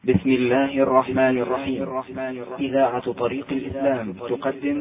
بسم الله الرحمن الرحيم. إذاعة طريق الإسلام تقدم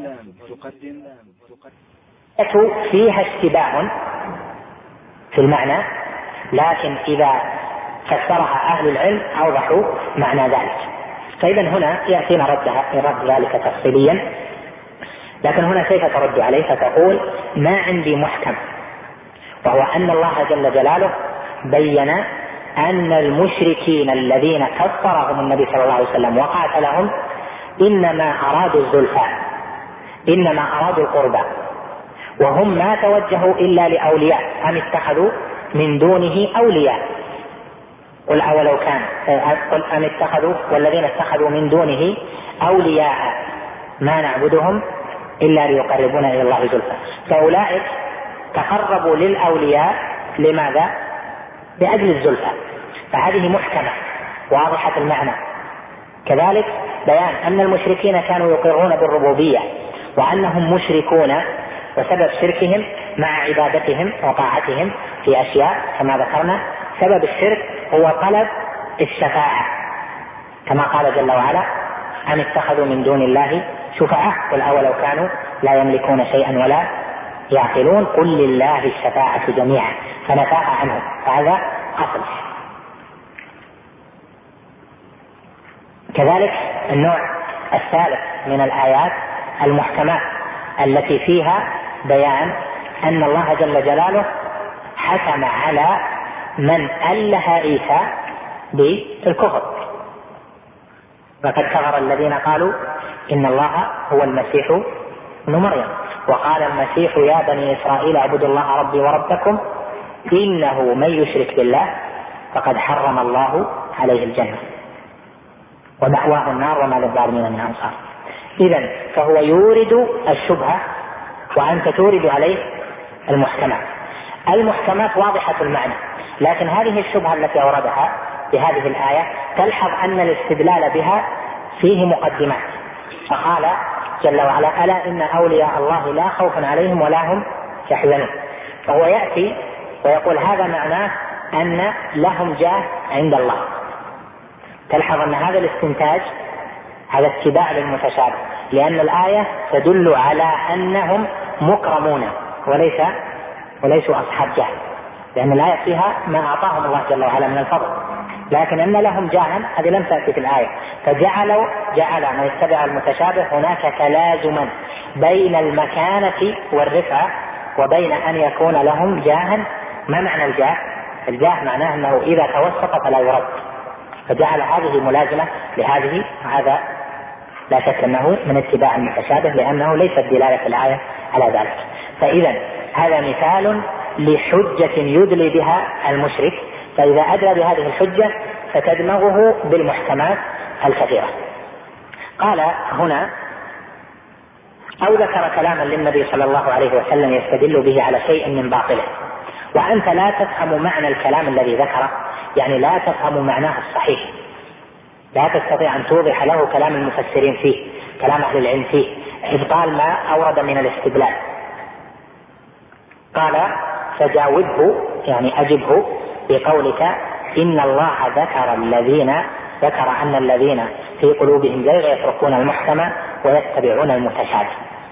فيها اشتباه في المعنى، لكن إذا فسرها أهل العلم أوضحوا معنى ذلك. فإذا هنا يأتينا رد ذلك تفصيليا، لكن هنا كيف ترد عليه؟ فتقول: ما عندي محكم، وهو أن الله جل جلاله بين أن المشركين الذين كفرهم النبي صلى الله عليه وسلم وقاتلهم إنما أرادوا الزلفى، إنما أرادوا القربى، وهم ما توجهوا إلا لأولياء، أم اتخذوا من دونه أولياء. قل أولو كان قل أم اتخذوا والذين اتخذوا من دونه أولياء ما نعبدهم إلا ليقربونا إلى الله زلفى. فأولئك تقربوا للأولياء لماذا؟ لأجل الزلفى، فهذه محكمة واضحة المعنى. كذلك بيان أن المشركين كانوا يقرون بالربوبية وأنهم مشركون، وسبب شركهم مع عبادتهم وطاعتهم في أشياء كما ذكرنا. سبب الشرك هو طلب الشفاعة، كما قال جل وعلا: أم اتخذوا من دون الله شفعاء قل أولو كانوا لا يملكون شيئا ولا يعقلون قل لله الشفاعة جميعا، فنفاها عنهم، فهذا أصل. كذلك النوع الثالث من الآيات المحكمات التي فيها بيان أن الله جل جلاله حكم على من أله عيسى بالكفر، فقد كفر الذين قالوا إن الله هو المسيح ابن مريم، وقال المسيح يا بني إسرائيل اعبدوا الله ربي وربكم إنه من يشرك بالله فقد حرم الله عليه الجنة ومأواه النار وما للظالمين من أنصار. إذن فهو يورد الشبهة وأنت تورد عليه المحكمات. المحكمات واضحة المعنى، لكن هذه الشبهة التي أوردها بهذه الآية تلحظ أن الاستدلال بها فيه مقدمات. فقال جل وعلا: ألا إن أولياء الله لا خوف عليهم ولا هم يحزنون. فهو يأتي ويقول هذا معناه أن لهم جاه عند الله. تلحظ أن هذا الاستنتاج هذا اتباع للمتشابه، لأن الآية تدل على أنهم مكرمون وليسوا أصحاب جاه، لأن الآية فيها ما أعطاهم الله جل وعلا من الفضل، لكن أن لهم جاها هذه لم تأتي في الآية. جعل من يتبع المتشابه هناك تلازما بين المكانة والرفعة وبين أن يكون لهم جاها. ما معنى الجاه؟ الجاه معناه أنه إذا توسط فلا يرد، فجعل هذه ملازمة لهذه. هذا لا شك أنه من اتباع المتشابه، لأنه ليست دلالة الآية على ذلك. فإذا هذا مثال لحجة يدلي بها المشرك، فإذا أدلى بهذه الحجة فتدمغه بالمحكمات الكثيرة. قال هنا: أو ذكر كلاما للنبي صلى الله عليه وسلم يستدل به على شيء من باطله، وأنت لا تفهم معنى الكلام الذي ذكره، يعني لا تفهم معناه الصحيح، لا تستطيع أن توضح له كلام المفسرين فيه، كلام أهل العلم فيه، إبطال ما أورد من الاستدلال. قال: فجاوبه، يعني أجبه بقولك إن الله ذكر أن الذين في قلوبهم زيغ يتركون المحكم ويتبعون المتشابه.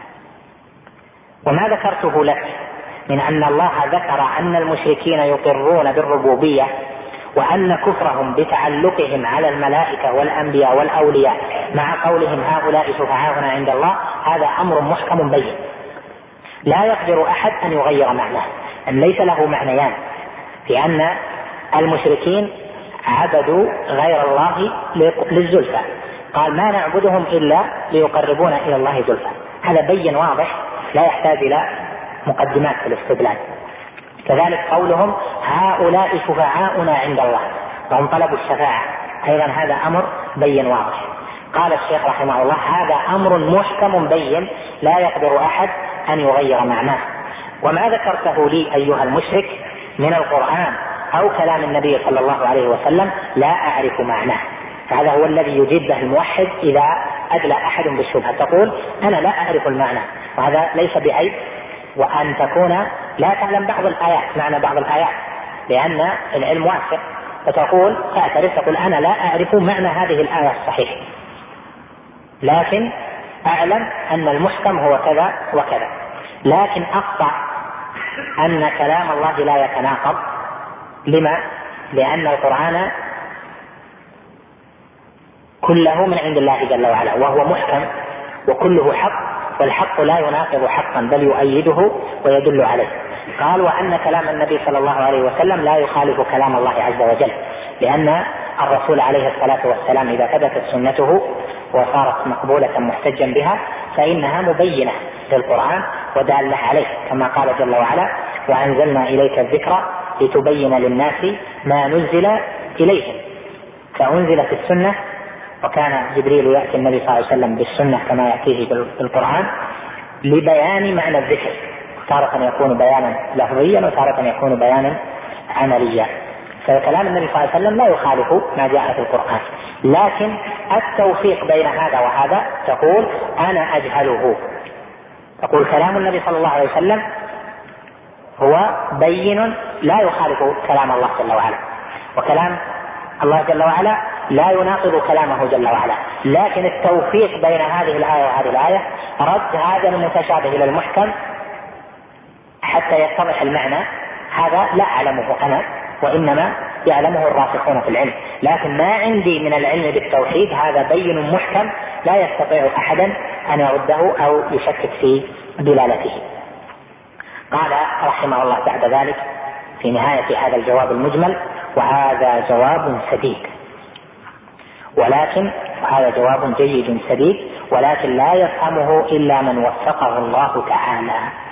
وما ذكرته لك من أن الله ذكر أن المشركين يقرون بالربوبية وأن كفرهم بتعلقهم على الملائكة والأنبياء والأولياء مع قولهم هؤلاء شفعاؤنا عند الله، هذا أمر محكم بين لا يقدر أحد أن يغير معناه، أن ليس له معنيان، في أن المشركين عبدوا غير الله للزلفى، قال ما نعبدهم إلا ليقربونا إلى الله زلفى. هذا بين واضح لا يحتاج إلى مقدمات في الاستدلال. كذلك قولهم هؤلاء شفعاؤنا عند الله، وهم طلبوا الشفاعة، أيضا هذا أمر بين واضح. قال الشيخ رحمه الله: هذا أمر محكم بين لا يقدر أحد أن يغير معناه. وما ذكرته لي أيها المشرك من القرآن أو كلام النبي صلى الله عليه وسلم لا أعرف معناه. فهذا هو الذي يجيب به الموحد إذا أدلى أحد بالشبهة، تقول أنا لا أعرف المعنى، وهذا ليس بعيب، وأن تكون لا تعلم بعض الآيات، معنى بعض الآيات، لأن العلم واسع فتقول تعترف تقول أنا لا أعرف معنى هذه الآية الصحيح، لكن أعلم أن المحكم هو كذا وكذا. لكن أقطع أن كلام الله لا يتناقض. لما؟ لأن القرآن كله من عند الله جل وعلا، وهو محكم وكله حق، والحق لا يناقض حقا بل يؤيده ويدل عليه. قال وأن كلام النبي صلى الله عليه وسلم لا يخالف كلام الله عز وجل، لأن الرسول عليه الصلاة والسلام إذا ثبتت سنته وصارت مقبولة محتجا بها فإنها مبينة للقرآن ودالة عليه، كما قال جل وعلا وأنزلنا إليك الذكر لتبين للناس ما نزل إليهم. فأنزلت السنة، وكان جبريل يأتي النبي صلى الله عليه وسلم بالسنة كما يأتيه بالقرآن لبيان معنى الذكر، تارة يكون بيانا لفظيا وتارة يكون بيانا عمليا. فكلام النبي صلى الله عليه وسلم لا يخالف ما جاء في القرآن، لكن التوفيق بين هذا وهذا تقول أنا أجهله. تقول كلام النبي صلى الله عليه وسلم هو بين لا يخالف كلام الله جل وعلا، وكلام الله جل وعلا لا يناقض كلامه جل وعلا، لكن التوفيق بين هذه الآية وهذه الآية رد هذا المتشابه إلى المحكم حتى يتضح المعنى. هذا لا أعلمه أنا، وإنما يعلمه الراسخون في العلم، لكن ما عندي من العلم بالتوحيد هذا بين محكم لا يستطيع أحدا أن يرده أو يشكك في دلالته. قال رحمه الله بعد ذلك في نهاية هذا الجواب المجمل وهذا جواب سديد، ولكن هذا جواب جيد سديد ولكن لا يفهمه إلا من وفقه الله تعالى.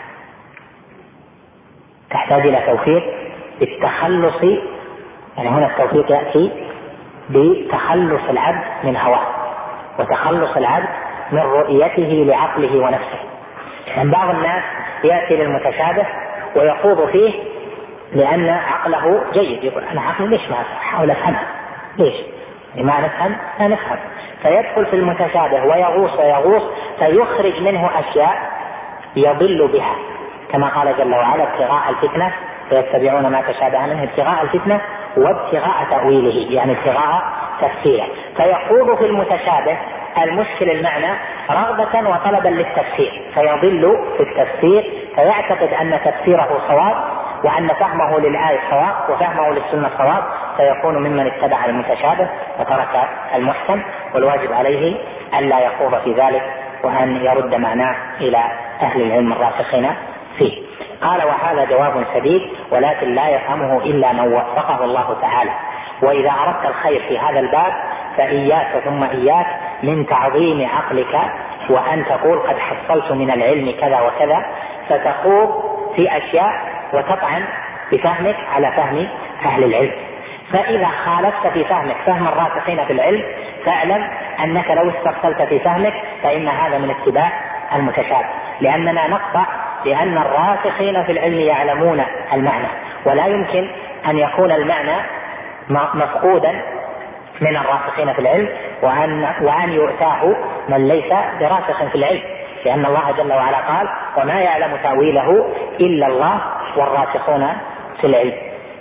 تحتاج إلى توفيق بالتخلص، يعني هنا التوفيق يأتي بتخلص العبد من هواه وتخلص العبد من رؤيته لعقله ونفسه. يعني بعض الناس يأتي للمتشابه ويخوض فيه لأن عقله جيد، يقول أنا عقلي ليش ما أحاول أفهمها، ليش ما نفهم لا نفهم، فيدخل في المتشابه ويغوص فيخرج منه أشياء يضل بها، كما قال جل وعلا ابتغاء الفتنة فيتبعون ما تشابه منه، ابتغاء الفتنة وابتغاء تأويله يعني ابتغاء تفسيره، فيخوض في المتشابه المشكل المعنى رغبة وطلبا للتفسير فيضل في التفسير، فيعتقد أن تفسيره صواب وأن فهمه للآية صواب وفهمه للسنة صواب، فيكون ممن اتبع المتشابه وترك المحكم، والواجب عليه ألا يخوض في ذلك وأن يرد معناه إلى أهل العلم الراسخين فيه. قال وهذا جواب سديد ولكن لا يفهمه إلا من وفقه الله تعالى. وإذا أردت الخير في هذا الباب فإياك ثم إياك من تعظيم عقلك وأن تقول قد حصلت من العلم كذا وكذا، فتخوض في أشياء وتطعن بفهمك على فهم أهل العلم. فإذا خالفت في فهمك فهم الراسخين في العلم فاعلم أنك لو استرسلت في فهمك فإن هذا من اتباع المتشابه، لأننا نقطع لأن الراسخين في العلم يعلمون المعنى، ولا يمكن أن يكون المعنى مفقودا من الراسخين في العلم وأن يؤتاه من ليس براسخ في العلم، لأن الله جل وعلا قال وما يعلم تأويله إلا الله والراسخون في العلم.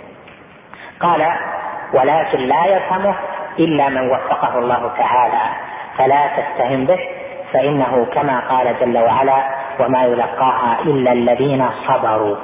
قال ولكن لا يفهمه إلا من وفقه الله تعالى فلا تستهن به، فإنه كما قال جل وعلا وما يلقاها إلا الذين صبروا.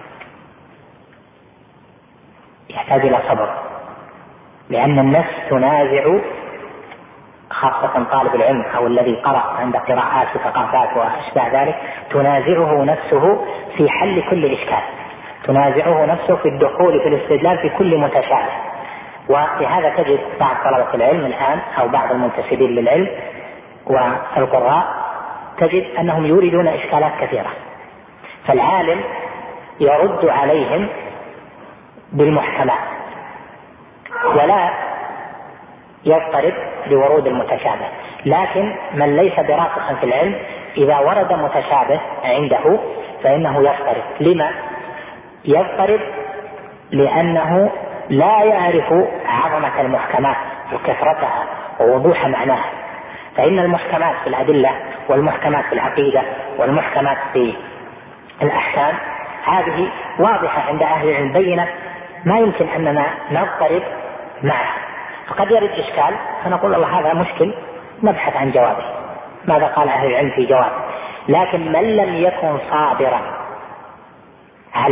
يحتاج إلى صبر، لأن النفس تنازع، خاصة طالب العلم أو الذي قرأ عند قراءات وثقافات وأشباه ذلك، تنازعه نفسه في حل كل إشكال، تنازعه نفسه في الدخول في الاستدلال في كل متشابه. ولهذا تجد بعض طلبة العلم الآن أو بعض المنتسبين للعلم والقراء تجد أنهم يوردون إشكالات كثيرة، فالعالم يرد عليهم بالمحكمات ولا يضطرب لورود المتشابه. لكن من ليس براسخ في العلم إذا ورد متشابه عنده فإنه يضطرب. لما يضطرب؟ لأنه لا يعرف عظمة المحكمات وكثرتها ووضوح معناها. فإن المحكمات في الأدلة والمحكمات في العقيدة والمحكمات في الأحكام هذه واضحة عند أهل العلم بينة، ما يمكن أننا نضطرب معه، فقد يرد إشكال فنقول الله هذا مشكل نبحث عن جوابه، ماذا قال أهل العلم في جواب. لكن من لم يكن صابرا على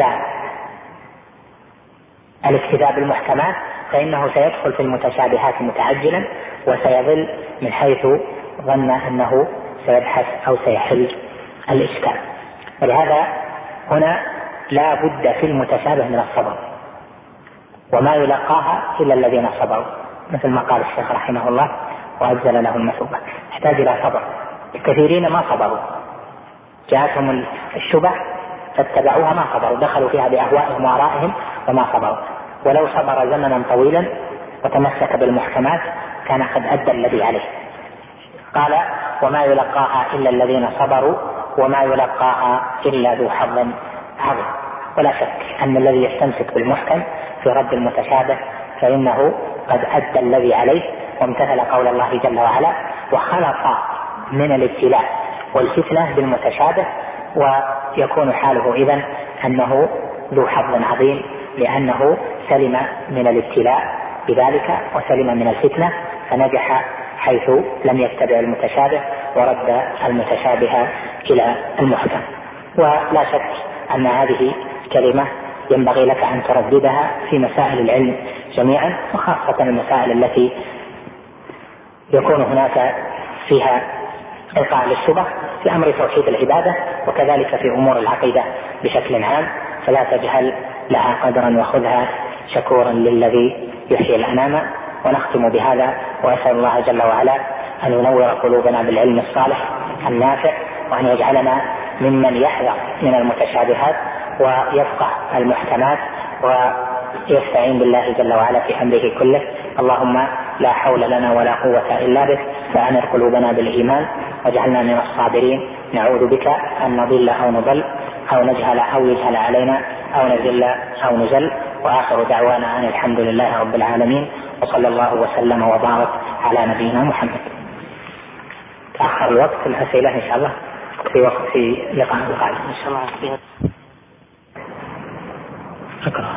الاكتفاء بالمحكمات فإنه سيدخل في المتشابهات متعجلا وسيضل من حيث ظن أنه سيبحث أو سيحل الإشكال. ولهذا هنا لا بد في المتشابه من الصبر، وما يلقاها إلا الذين صبروا، مثل ما قال الشيخ رحمه الله وأجزل له المثوبة، يحتاج إلى صبر. الكثيرين ما صبروا، جاءتهم الشبه فاتبعوها ما صبروا، دخلوا فيها بأهوائهم وآرائهم وما صبروا. ولو صبر زمنا طويلا وتمسك بالمحكمات كان قد أدى الذي عليه. قال وما يلقاها إلا الذين صبروا وما يلقاها إلا ذو حظ عظيم. ولا شك أن الذي يستمسك بالمحكم في رد المتشابه فإنه قد أدى الذي عليه وامتثل قول الله جل وعلا، وخلق من الابتلاء والفتنة بالمتشابه، ويكون حاله إذن أنه ذو حظ عظيم، لأنه سلم من الابتلاء بذلك وسلم من الفتنة فنجح حيث لم يتبع المتشابه ورد المتشابه إلى المحكم. ولا شك أن هذه كلمة ينبغي لك أن ترددها في مسائل العلم جميعا، وخاصة المسائل التي يكون هناك فيها إلقاء للشبه في أمر توحيد العبادة، وكذلك في أمور العقيدة بشكل عام، فلا تجهل لها قدرا وخذها شكورا للذي يحيي الأنام. ونختم بهذا، وأسأل الله جل وعلا أن ينور قلوبنا بالعلم الصالح النافع، وأن يجعلنا ممن يحذر من المتشابهات ويفقه المحكمات ويستعين بالله جل وعلا في أمره كله. اللهم لا حول لنا ولا قوة إلا بك، فأنر قلوبنا بالإيمان واجعلنا من الصابرين. نعوذ بك أن نضل أو نضل أو نجهل أو يجهل علينا أو نذل أو نزل. وآخر دعوانا أن الحمد لله رب العالمين، وصلى الله وسلم وبارك على نبينا محمد. تأخر الوقت الأسئلة إن شاء الله في لقاء القادم إن شاء الله. شكرا.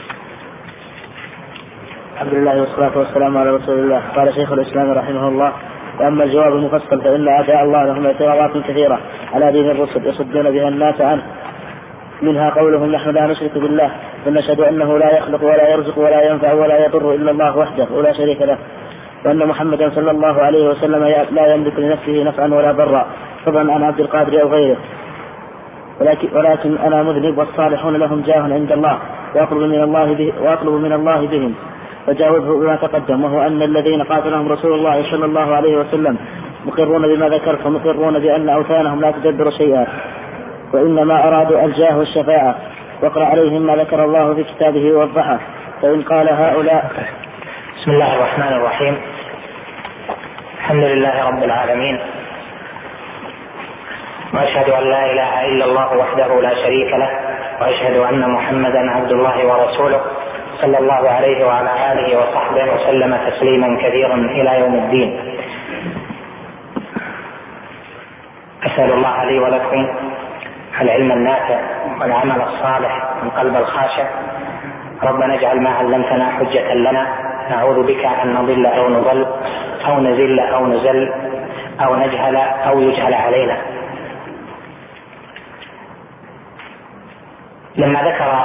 الحمد لله والصلاة والسلام على رسول الله. قال شيخ الإسلام رحمه الله: وأما الجواب المفصل فإن أعداء الله لهم اعتراضات كثيرة على دين الرسل يصدون بها الناس عنه، منها قولهم نحن لا نشرك بالله فنشهد أنه لا يخلق ولا يرزق ولا ينفع ولا يضر إلا الله وحده ولا شريك له، وأن محمدا صلى الله عليه وسلم لا يملك لنفسه نفعا ولا ضرا فضلا عن عبد القادر أو غيره، ولكن أنا مذنب والصالحون لهم جاه عند الله وأطلب من الله بهم. فجاوبه بما تقدم، وهو أن الذين قاتلهم رسول الله صلى الله عليه وسلم مقرون بما ذكر، فمقرون بأن أوثانهم لا تدبر شيئا وإنما أرادوا الجاه والشفاعة، واقرأ عليهم ما ذكر الله في كتابه ووضحه. فإن قال هؤلاء: بسم الله الرحمن الرحيم، الحمد لله رب العالمين، وأشهد أن لا إله إلا الله وحده لا شريك له، وأشهد أن محمدا عبد الله ورسوله صلى الله عليه وعلى آله وصحبه وسلم تسليما كثيرا إلى يوم الدين. أسأل الله لي ولكم العلم النافع والعمل الصالح والقلب الخاشع. ربنا اجعل ما علمتنا حجة لنا، نعوذ بك أن نضل أو نضل أو نزل أو نزل أو نجهل أو يجهل علينا. لما ذكر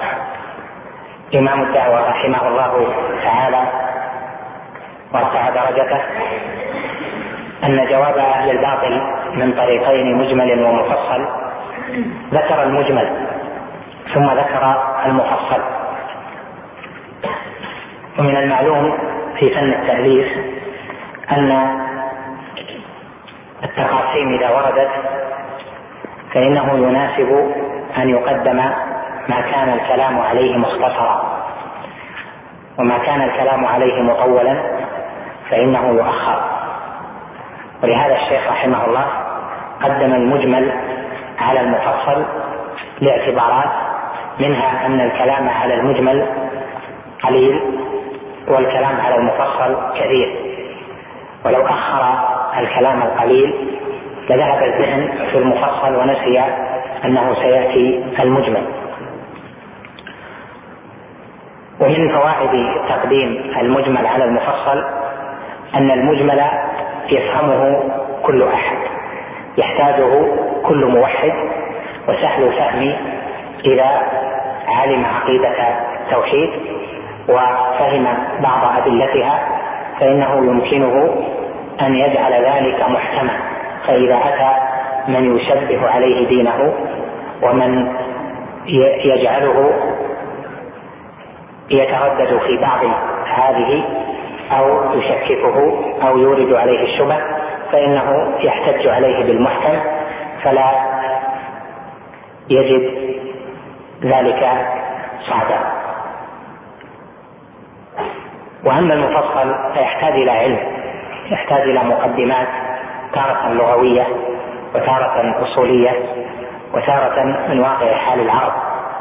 إمام الدعوة رحمه الله تعالى ورفع درجته أن جواب أهل الباطل من طريقين مجمل ومفصل، ذكر المجمل ثم ذكر المفصل. ومن المعلوم في فن التأليف أن التقاسيم إذا وردت فإنه يناسب أن يقدم ما كان الكلام عليه مختصرا، وما كان الكلام عليه مطولا فإنه يؤخر. ولهذا الشيخ رحمه الله قدم المجمل على المفصل لاعتبارات، منها أن الكلام على المجمل قليل والكلام على المفصل كثير، ولو أخر الكلام القليل لذهب الذهن في المفصل ونسي أنه سيأتي المجمل. ومن فوائد تقديم المجمل على المفصل أن المجمل يفهمه كل أحد، يحتاجه كل موحد، وسهل الفهم إذا علم عقيدة التوحيد وفهم بعض أدلتها، فإنه يمكنه أن يجعل ذلك محكما. فإذا أتى من يشبه عليه دينه ومن يجعله يتردد في بعض هذه أو يشككه أو يورد عليه الشبه، فإنه يحتج عليه بالمحكم فلا يجد ذلك صعبا. وأما المفصل فيحتاج إلى علم، يحتاج إلى مقدمات تارة لغوية وتارة أصولية وتارة من واقع حال العرب.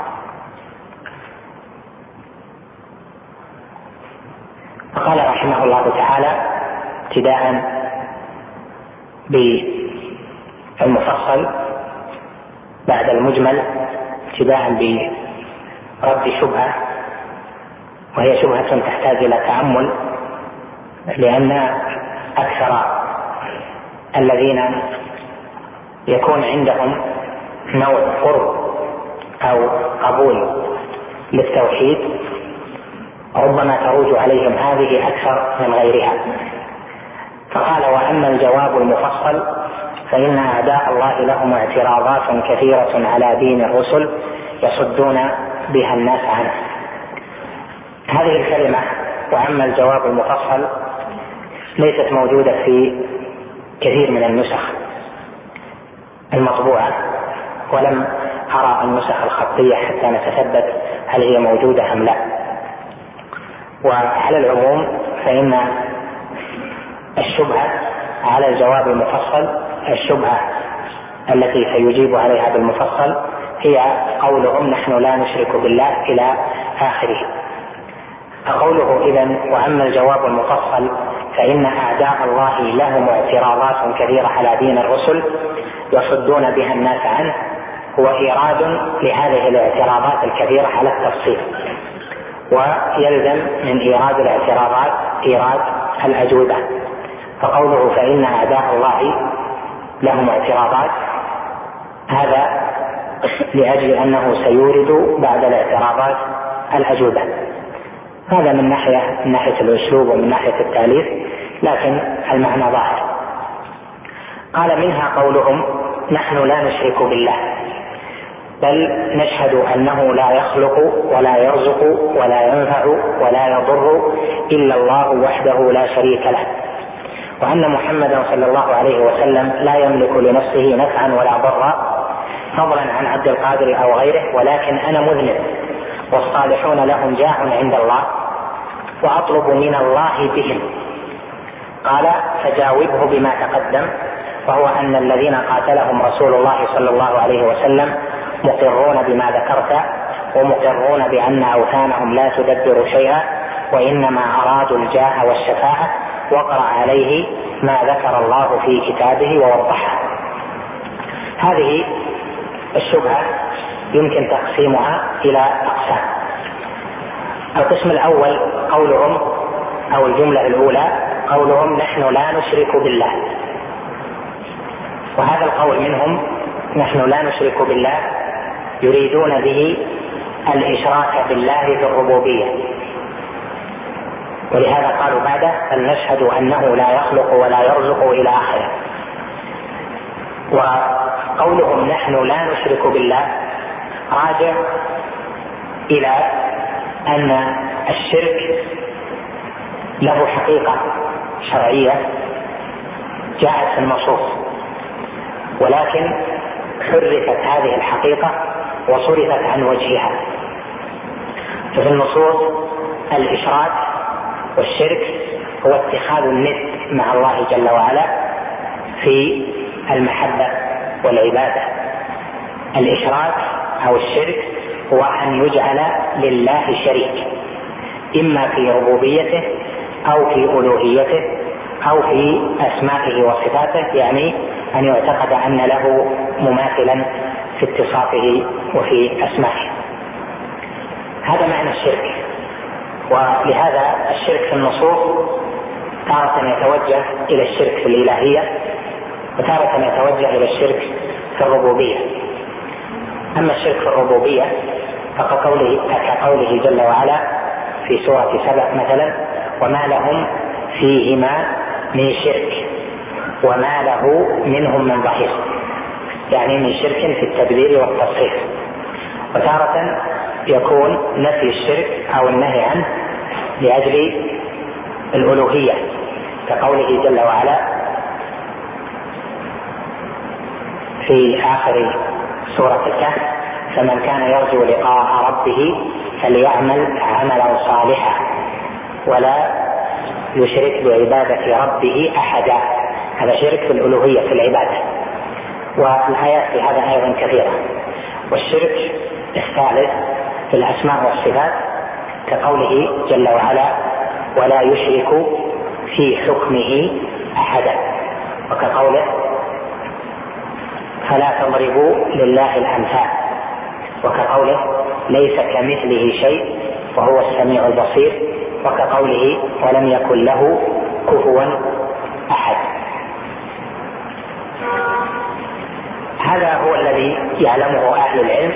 قال رحمه الله تعالى ابتداء بالمفصل بعد المجمل، ابتداء برد شبهة، وهي شبهة تحتاج إلى تأمل، لأن أكثر الذين يكون عندهم نوع قرب أو قبول للتوحيد ربما تروج عليهم هذه أكثر من غيرها. فقال: وأما الجواب المفصل فإن أعداء الله لهم اعتراضات كثيرة على دين الرسل يصدون بها الناس عنه. هذه الكلمة وأما الجواب المفصل ليست موجودة في كثير من النسخ المطبوعة، ولم أرى النسخ الخطية حتى نتثبت هل هي موجودة أم لا. وعلى العموم فإن الشبهة على الجواب المفصل، الشبهة التي سيجيب عليها بالمفصل هي قولهم: نحن لا نشرك بالله إلى آخره. فقوله إذن وأما الجواب المفصل فإن أعداء الله لهم اعتراضات كثيرة على دين الرسل يصدون بها الناس عنه، هو إيراد لهذه الاعتراضات الكثيرة على التفصيل، ويلزم من إيراد الاعتراضات إيراد الأجوبة. فقوله فإن أعداء الله لهم اعتراضات هذا لأجل أنه سيورد بعد الاعتراضات الأجوبة. هذا من ناحية الأسلوب ومن ناحية التأليف، لكن المعنى ظاهر. قال: منها قولهم: نحن لا نشرك بالله، بل نشهد أنه لا يخلق ولا يرزق ولا ينفع ولا يضر إلا الله وحده لا شريك له، وأن محمدا صلى الله عليه وسلم لا يملك لنفسه نفعا ولا ضرا فضلا عن عبد القادر أو غيره، ولكن أنا مذنب والصالحون لهم جاه عند الله وأطلب من الله بهم. قال: فجاوبه بما تقدم، وهو أن الذين قاتلهم رسول الله صلى الله عليه وسلم مقرون بما ذكرت، ومقرون بأن أوثانهم لا تدبر شيئا وإنما أرادوا الجاه والشفاعة، وقرأ عليه ما ذكر الله في كتابه ووضحه. هذه الشبهة يمكن تقسيمها إلى أقسام. القسم الأول قولهم أو الجملة الأولى قولهم: نحن لا نشرك بالله. وهذا القول منهم نحن لا نشرك بالله يريدون به الإشراك بالله في الربوبية، ولهذا قالوا بعده: فلنشهد أنه لا يخلق ولا يرزق إلى آخره. وقولهم نحن لا نشرك بالله راجع إلى أن الشرك له حقيقة شرعية جاءت في النصوص، ولكن حرفت هذه الحقيقة وصرفت عن وجهها. ففي النصوص الإشراك والشرك هو اتخاذ الند مع الله جل وعلا في المحبة والعبادة. الإشراك أو الشرك هو أن يجعل لله شريك، إما في ربوبيته أو في ألوهيته أو في أسمائه وصفاته، يعني أن يعتقد أن له مماثلا في اتصافه وفي أسمائه. هذا معنى الشرك. ولهذا الشرك في النصوص تارة يتوجه إلى الشرك في الإلهية، وتارة يتوجه إلى الشرك في الربوبية. أما الشرك في الربوبية كقوله جل وعلا في سورة سبأ مثلا: وما لهم فيهما من شرك وما له منهم من ظهير، يعني من شرك في التدبير والتصريف. وتارة يكون نفي الشرك أو النهي عنه لأجل الألوهية، كقوله جل وعلا في آخر سورة الكهف: فمن كان يرجو لقاء ربه فليعمل عملا صالحا ولا يشرك بعبادة ربه أحدا. هذا شرك في الألوهية في العبادة، والآيات في هذا أيضا كثيرة. والشرك الثالث في الأسماء والصفات كقوله جل وعلا: ولا يشرك في حكمه أحدا، وكقوله: فلا تضربوا لله الأمثال، وكقوله: ليس كمثله شيء وهو السميع البصير، وكقوله: ولم يكن له كفوا أحد. هذا هو الذي يعلمه أهل العلم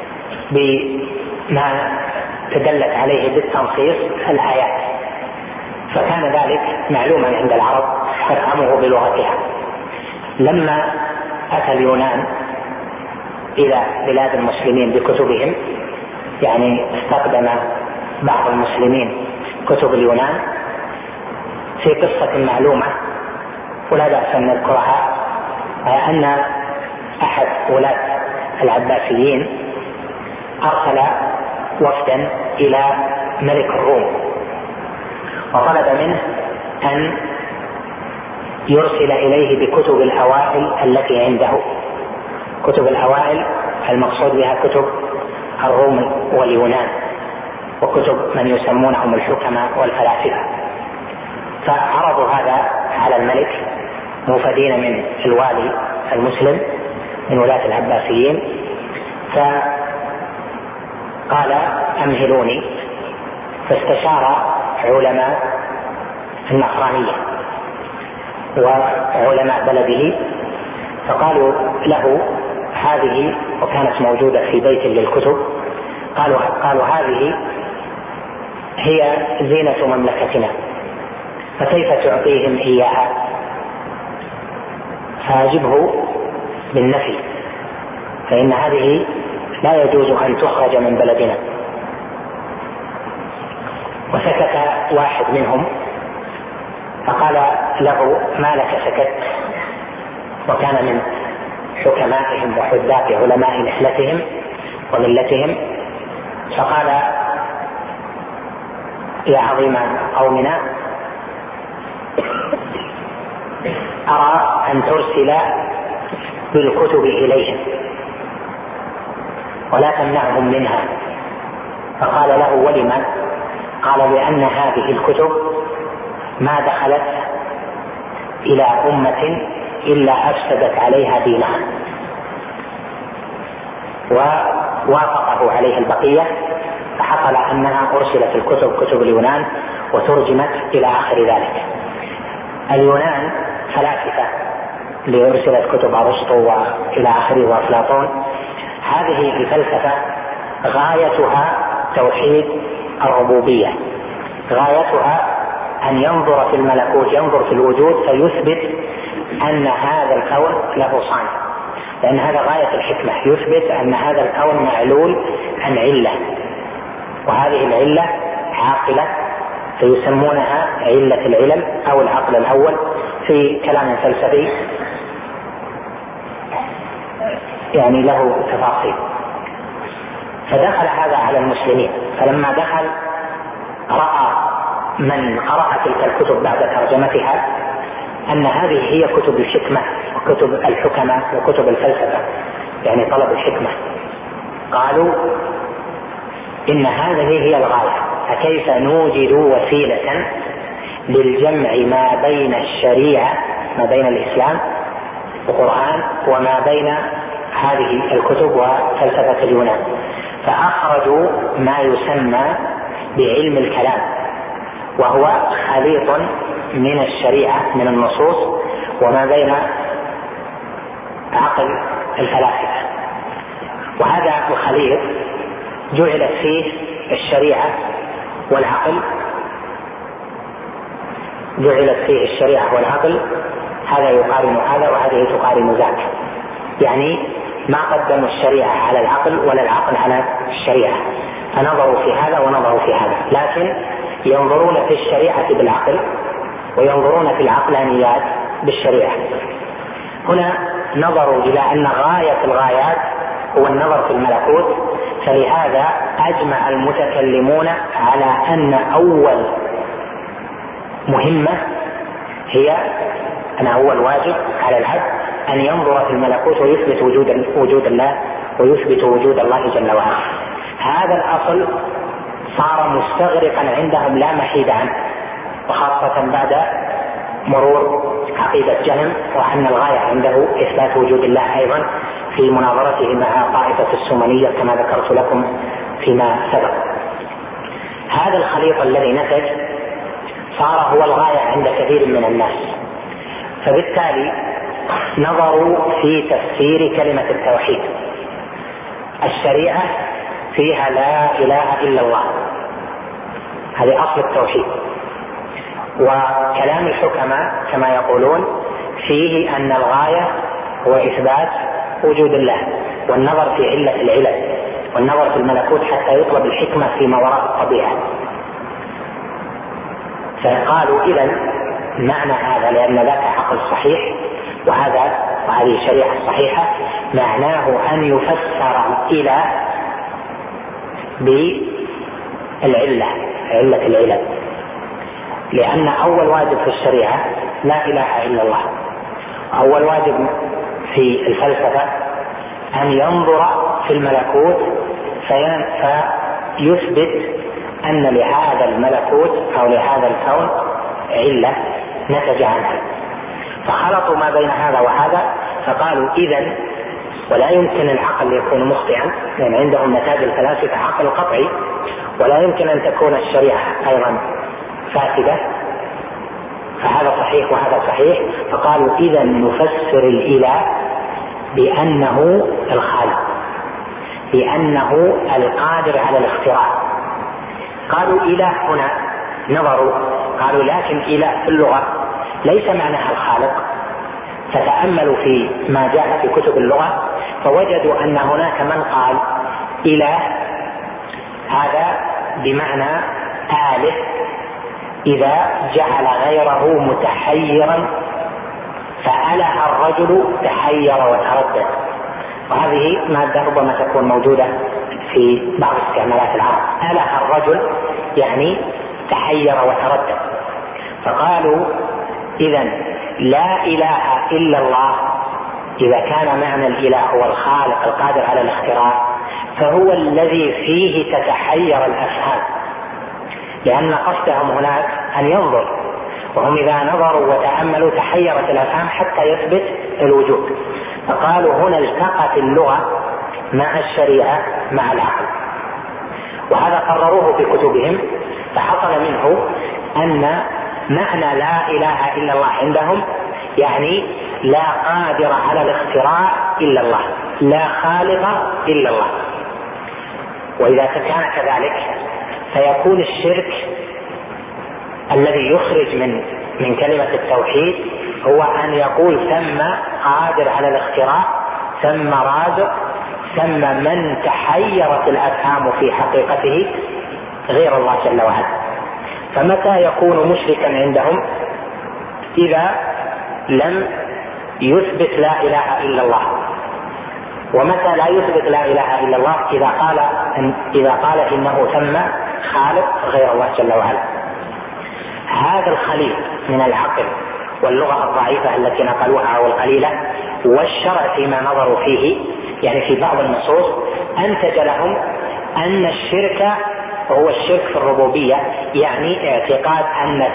بما تدلت عليه بالتنصيص الآيات، فكان ذلك معلوما عند العرب تفهمه بلغتها. لما أتى اليونان إلى بلاد المسلمين بكتبهم، يعني استخدم بعض المسلمين كتب اليونان في قصة معلومة ولا بأس أن نذكرها، أن أحد ولاة العباسيين أرسل وفدا إلى ملك الروم وطلب منه أن يرسل إليه بكتب الأوائل التي عنده. كتب الأوائل المقصود بها كتب الروم واليونان، وكتب من يسمونهم الحكماء والفلاسفة. فعرضوا هذا على الملك موفدين من الوالي المسلم من ولاة العباسيين، فقال: أمهلوني. فاستشار علماء النصرانية وعلماء بلده، فقالوا له: هذه، وكانت موجودة في بيت للكتب، قالوا: هذه هي زينة مملكتنا، فكيف تعطيهم إياها؟ فأجبه بالنفي، فإن هذه لا يجوز أن تخرج من بلدنا. وسكت واحد منهم فقال له: ما لك سكت؟ وكان من حكمائهم وحداث علماء نحلتهم وملتهم، فقال: يا عظيم قومنا، أرى أن ترسل بالكتب إليهم ولا تمنعهم منها. فقال له: ولما؟ قال: لأن هذه الكتب ما دخلت إلى أمة إلا أفسدت عليها دينها. ووافقه عليه البقية، فحصل أنها أرسلت الكتب كتب اليونان وترجمت إلى آخر ذلك. اليونان فلاسفة لأرسلت كتب أرسطو وإلى آخره وأفلاطون. هذه الفلسفة غايتها توحيد الربوبية، غايتها أن ينظر في الملكوت، ينظر في الوجود فيثبت أن هذا الكون له صانع، لأن هذا غاية الحكمة، يثبت أن هذا الكون معلول عن علة، وهذه العلة عاقلة، فيسمونها علة العلل أو العقل الأول في كلام فلسفي يعني له تفاصيل. فدخل هذا على المسلمين، فلما دخل رأى من قرأ تلك الكتب بعد ترجمتها أن هذه هي كتب الحكمة وكتب الحكمة وكتب الفلسفة، يعني طلب الحكمة. قالوا: إن هذه هي الغاية، فكيف نوجد وسيلة للجمع ما بين الشريعة، ما بين الإسلام والقرآن، وما بين هذه الكتب وفلسفة اليونان؟ فأخرجوا ما يسمى بعلم الكلام، وهو خليط من الشريعة من النصوص وما بين عقل الفلاسفة. وهذا الخليط جعلت فيه الشريعة والعقل، هذا يقارن هذا وهذه تقارن ذاك، يعني ما قدموا الشريعة على العقل ولا العقل على الشريعة، فنظروا في هذا ونظروا في هذا، لكن ينظرون في الشريعة بالعقل وينظرون في العقلانيات بالشريعة. هنا نظروا إلى أن غاية الغايات هو النظر في الملكوت، فلهذا أجمع المتكلمون على أن أول مهمة هي أن أول واجب على العبد أن ينظر في الملكوت ويثبت وجود الله ويثبت وجود الله جل وعلا. هذا الأصل صار مستغرقا عندهم لا محيد عنه، وخاصة بعد مرور عقيدة جهم، وأن الغاية عنده إثبات وجود الله أيضا في مناظرته مع طائفة السمنية كما ذكرت لكم فيما سبق. هذا الخليط الذي نتج صار هو الغاية عند كثير من الناس، فبالتالي نظروا في تفسير كلمة التوحيد. الشريعة فيها لا إله إلا الله، هذه أصل التوحيد، وكلام الحكماء كما يقولون فيه أن الغاية هو إثبات وجود الله والنظر في علة العلل والنظر في الملكوت حتى يطلب الحكمة فيما وراء الطبيعة. فقالوا إذن معنى هذا، لأن ذاك عقل صحيح وهذه شريعة صحيحة، معناه أن يفسر الإله بالعلة، علة العلل، لأن أول واجب في الشريعة لا إله إلا الله. أول واجب في الفلسفة أن ينظر في الملكوت فيثبت أن لهذا الملكوت أو لهذا الكون علة نتج عنها، فخلطوا ما بين هذا وهذا، فقالوا إذن ولا يمكن العقل يكون مخطئا، لأن عندهم نتاج الفلاسفة عقل قطعي، ولا يمكن أن تكون الشريعة أيضا فاسدة، فهذا صحيح وهذا صحيح. فقالوا إذن نفسر الإله بأنه الخالق، بأنه القادر على الاختراع. قالوا إله هنا نظروا قالوا لكن إله في اللغة ليس معناها الخالق، فتأملوا في ما جاء في كتب اللغة فوجدوا أن هناك من قال إله هذا بمعنى آله إذا جعل غيره متحيرا، فأله الرجل تحير وتردد، وهذه مادة ربما تكون موجودة في بعض استعمالات العرب. أله الرجل يعني تحير وتردد. فقالوا إذن لا إله إلا الله، إذا كان معنى الإله هو الخالق القادر على الاختراع، فهو الذي فيه تتحير الأفهام، لأن قصدهم هناك أن ينظر، وهم إذا نظروا وتأملوا تحيرت الأفهام حتى يثبت الوجود. فقالوا هنا التقت اللغة مع الشريعة مع العقل، وهذا قرروه في كتبهم. فحصل منه أن معنى لا إله إلا الله عندهم يعني لا قادر على الاختراع إلا الله، لا خالق إلا الله. وإذا كان كذلك فيكون الشرك الذي يخرج من كلمة التوحيد هو أن يقول ثم قادر على الاختراع، ثم رازق، ثم من تحيرت الأفهام في حقيقته غير الله جل وعلا. فمتى يكون مشركا عندهم؟ إذا لم يثبت لا إله إلا الله. ومتى لا يثبت لا إله إلا الله؟ إذا قال إنه ثم خالق غير الله جل وعلا. هذا الخليط من العقل واللغة الضعيفة التي نقلوها أو القليلة والشرع فيما نظروا فيه، يعني في بعض النصوص، أنتج لهم أن الشرك هو الشرك في الربوبية، يعني اعتقاد أن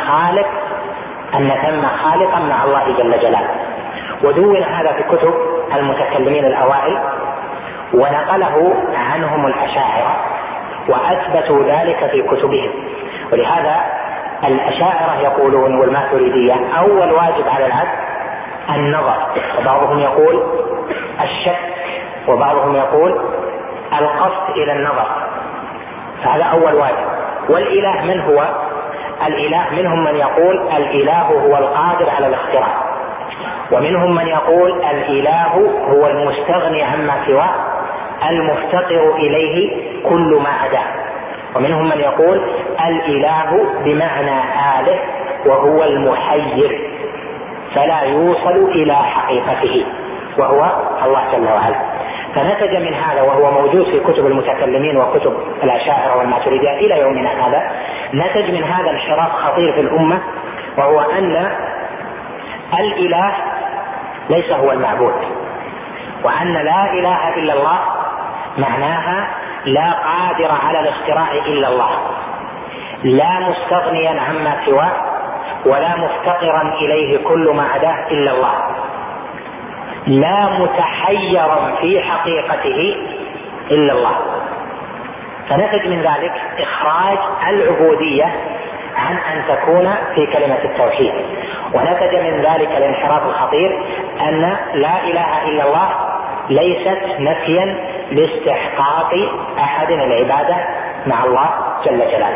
ثم خالقا مع الله جل جلاله. ودون هذا في كتب المتكلمين الأوائل، ونقله عنهم الأشاعرة وأثبتوا ذلك في كتبهم. ولهذا الأشاعرة يقولون والماتريدية أول واجب على العبد النظر، وبعضهم يقول الشك، وبعضهم يقول القصد إلى النظر، فهذا أول واجب. والإله من هو؟ الإله منهم من يقول الإله هو القادر على الاختراع، ومنهم من يقول الإله هو المستغني عما سواه المفتقر إليه كل ما عداه، ومنهم من يقول الإله بمعنى آله وهو المحير فلا يوصل إلى حقيقته وهو الله جل وعلا. فنتج من هذا، وهو موجود في كتب المتكلمين وكتب الأشاعرة والماتريدية إلى يومنا هذا، نتج من هذا انحراف خطير في الأمة، وهو أن الإله ليس هو المعبود، وأن لا إله إلا الله معناها لا قادر على الاختراع إلا الله، لا مستغنيا عما سواه ولا مفتقرا إليه كل ما عداه إلا الله، لا متحيرا في حقيقته إلا الله. فنتج من ذلك إخراج العبودية عن أن تكون في كلمة التوحيد، ونتج من ذلك الانحراف الخطير أن لا إله إلا الله ليست نفيا لاستحقاق أحد العبادة مع الله جل جلاله.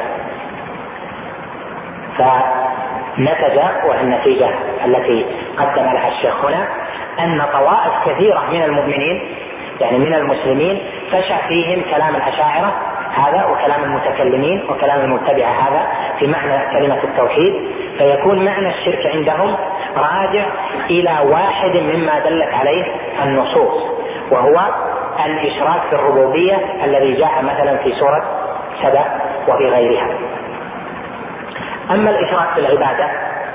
فنتج، والنتيجة التي قدم لها الشيخ هنا، أن طوائف كثيرة من المؤمنين يعني من المسلمين فشى فيهم كلام الأشاعرة هذا وكلام المتكلمين وكلام المبتدعة هذا في معنى كلمة التوحيد، فيكون معنى الشرك عندهم راجع إلى واحد مما دلت عليه النصوص، وهو الإشراك في الربوبية الذي جاء مثلا في سورة سبأ وفي غيرها. أما الإشراك في العبادة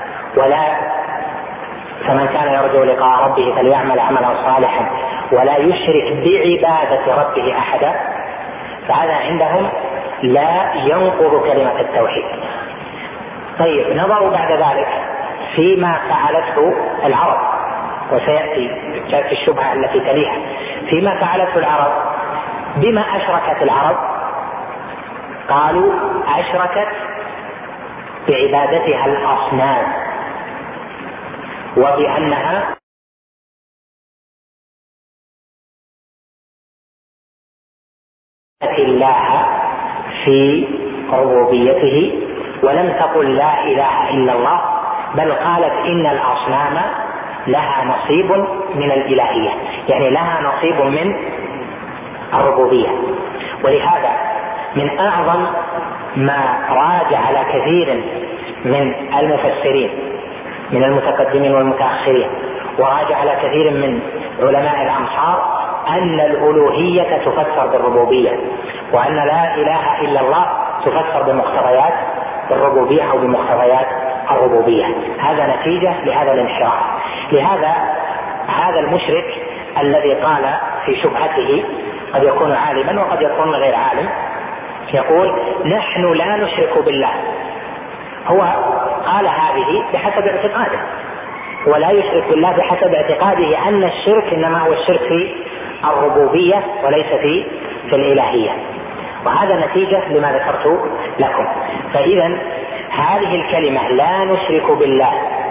فمن كان يرجو لقاء ربه فليعمل عملا صالحا ولا يشرك بعبادة ربه أحدا، فهذا عندهم لا ينقض كلمة التوحيد. طيب، نظروا بعد ذلك فيما فعلته العرب، وسيأتي في الشبهة التي تليها فيما فعلته العرب. بما أشركت العرب؟ قالوا أشركت بعبادتها الأصنام، وبأنها الله في ربوبيته، ولم تقل لا إله إلا الله، بل قالت إن الأصنام لها نصيب من الإلهية، يعني لها نصيب من الربوبية. ولهذا من أعظم ما راجع على كثير من المفسرين من المتقدمين والمتأخرين، وراجع على كثير من علماء الأمصار، أن الألوهية تفسر بالربوبية، وأن لا إله إلا الله تفسر بمقتضيات الربوبية أو بمقتضيات الربوبية. هذا نتيجة لهذا الانحراف. لهذا هذا المشرك الذي قال في شبهته، قد يكون عالما وقد يكون غير عالم، يقول نحن لا نشرك بالله. هو قال هذه بحسب اعتقاده، ولا يشرك بالله بحسب اعتقاده أن الشرك إنما هو الشرك في الربوبية وليس في الإلهية، وهذا نتيجة لما ذكرت لكم. فإذا هذه الكلمة لا نشرك بالله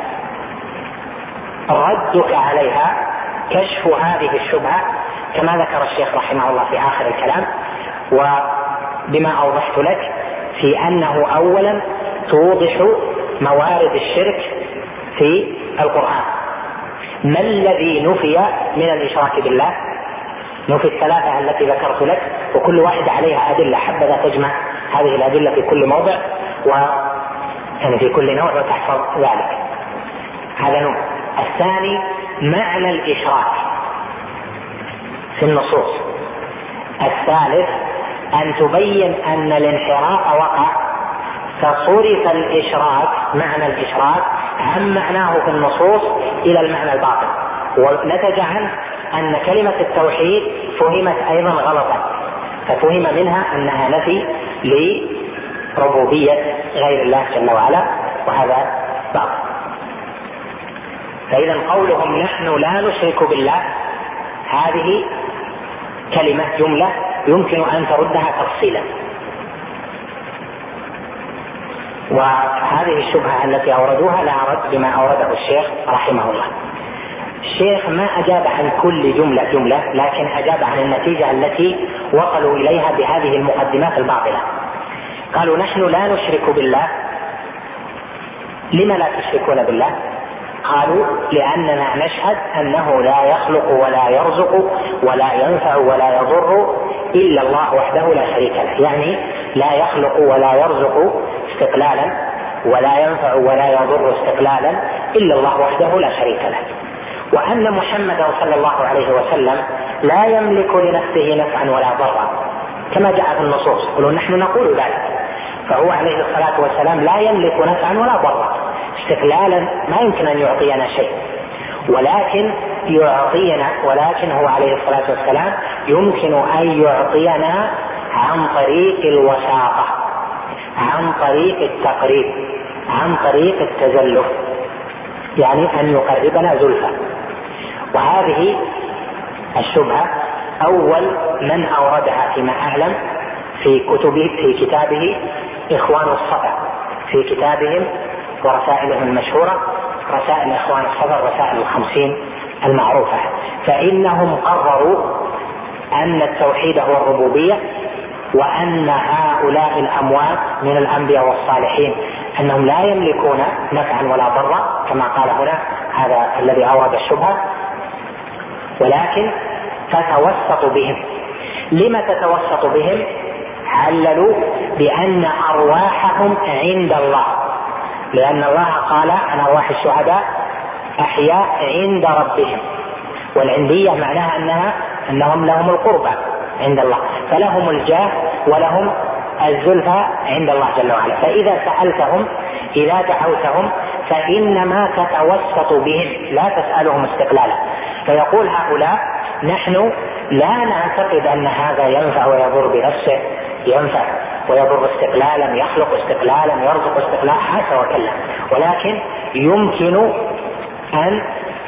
ردك عليها كشف هذه الشبهة كما ذكر الشيخ رحمه الله في آخر الكلام، وبما أوضحت لك في أنه أولا توضح موارد الشرك في القرآن. ما الذي نفي من الإشراك بالله؟ نفي الثلاثة التي ذكرت لك، وكل واحدة عليها أدلة، حبذا تجمع هذه الأدلة في كل موضع يعني في كل نوع وتحفظ ذلك. هذا نوع. الثاني معنى الإشراك في النصوص. الثالث أن تبين أن الانحراف وقع، فصرف الإشراك معنى الإشراك عن معناه في النصوص إلى المعنى الباطن، ونتج عنه أن كلمة التوحيد فهمت أيضا غلطا، ففهم منها أنها نفي لربوبية غير الله جل وعلا، وهذا باطل. فإذا قولهم نحن لا نشرك بالله هذه كلمة جملة يمكن أن تردها تفصيلا، وهذه الشبهة التي أوردوها لا رد بما أورده الشيخ رحمه الله. الشيخ ما أجاب عن كل جملة لكن أجاب عن النتيجة التي وصلوا إليها بهذه المقدمات الباطلة. قالوا نحن لا نشرك بالله. لما لا تشركون بالله؟ قالوا لأننا نشهد أنه لا يخلق ولا يرزق ولا ينفع ولا يضر إلا الله وحده لا شريك له، يعني لا يخلق ولا يرزق استقلالا ولا ينفع ولا يضر استقلالا إلا الله وحده لا شريك له، وأن محمدا صلى الله عليه وسلم لا يملك لنفسه نفعا ولا ضرا كما جاء في النصوص. قالوا نحن نقول ذلك، فهو عليه الصلاة والسلام لا يملك نفعا ولا ضرا استقلالا، ما يمكن أن يعطينا شيء، ولكن هو عليه الصلاة والسلام يمكن أن يعطينا عن طريق الوساطة، عن طريق التقريب، عن طريق التزلف، يعني أن يقربنا زلفى. وهذه الشبهة أول من أوردها فيما أعلم في كتابه إخوان الصفا، في كتابهم ورسائلهم المشهورة، رسائل إخوان الصفا، رسائل 50 المعروفة، فإنهم قرروا أن التوحيد هو الربوبية، وأن هؤلاء الأموات من الأنبياء والصالحين أنهم لا يملكون نفعا ولا ضرا كما قال هنا هذا الذي أورد الشبهة، ولكن تتوسط بهم. لما تتوسط بهم؟ عللوا بأن أرواحهم عند الله، لأن الله قال عن أرواح الشهداء أحياء عند ربهم، والعندية معناها أنهم لهم القربى عند الله، فلهم الجاه ولهم الزلفى عند الله جل وعلا. فإذا سألتهم، إذا دعوتهم، فإنما تتوسط بهم لا تسألهم استقلالا. فيقول هؤلاء نحن لا نعتقد أن هذا ينفع ويضر بنفسه، ينفع ويضر استقلالا، يخلق استقلالا، يرزق استقلالا، حاشا وكلا، ولكن يمكن أن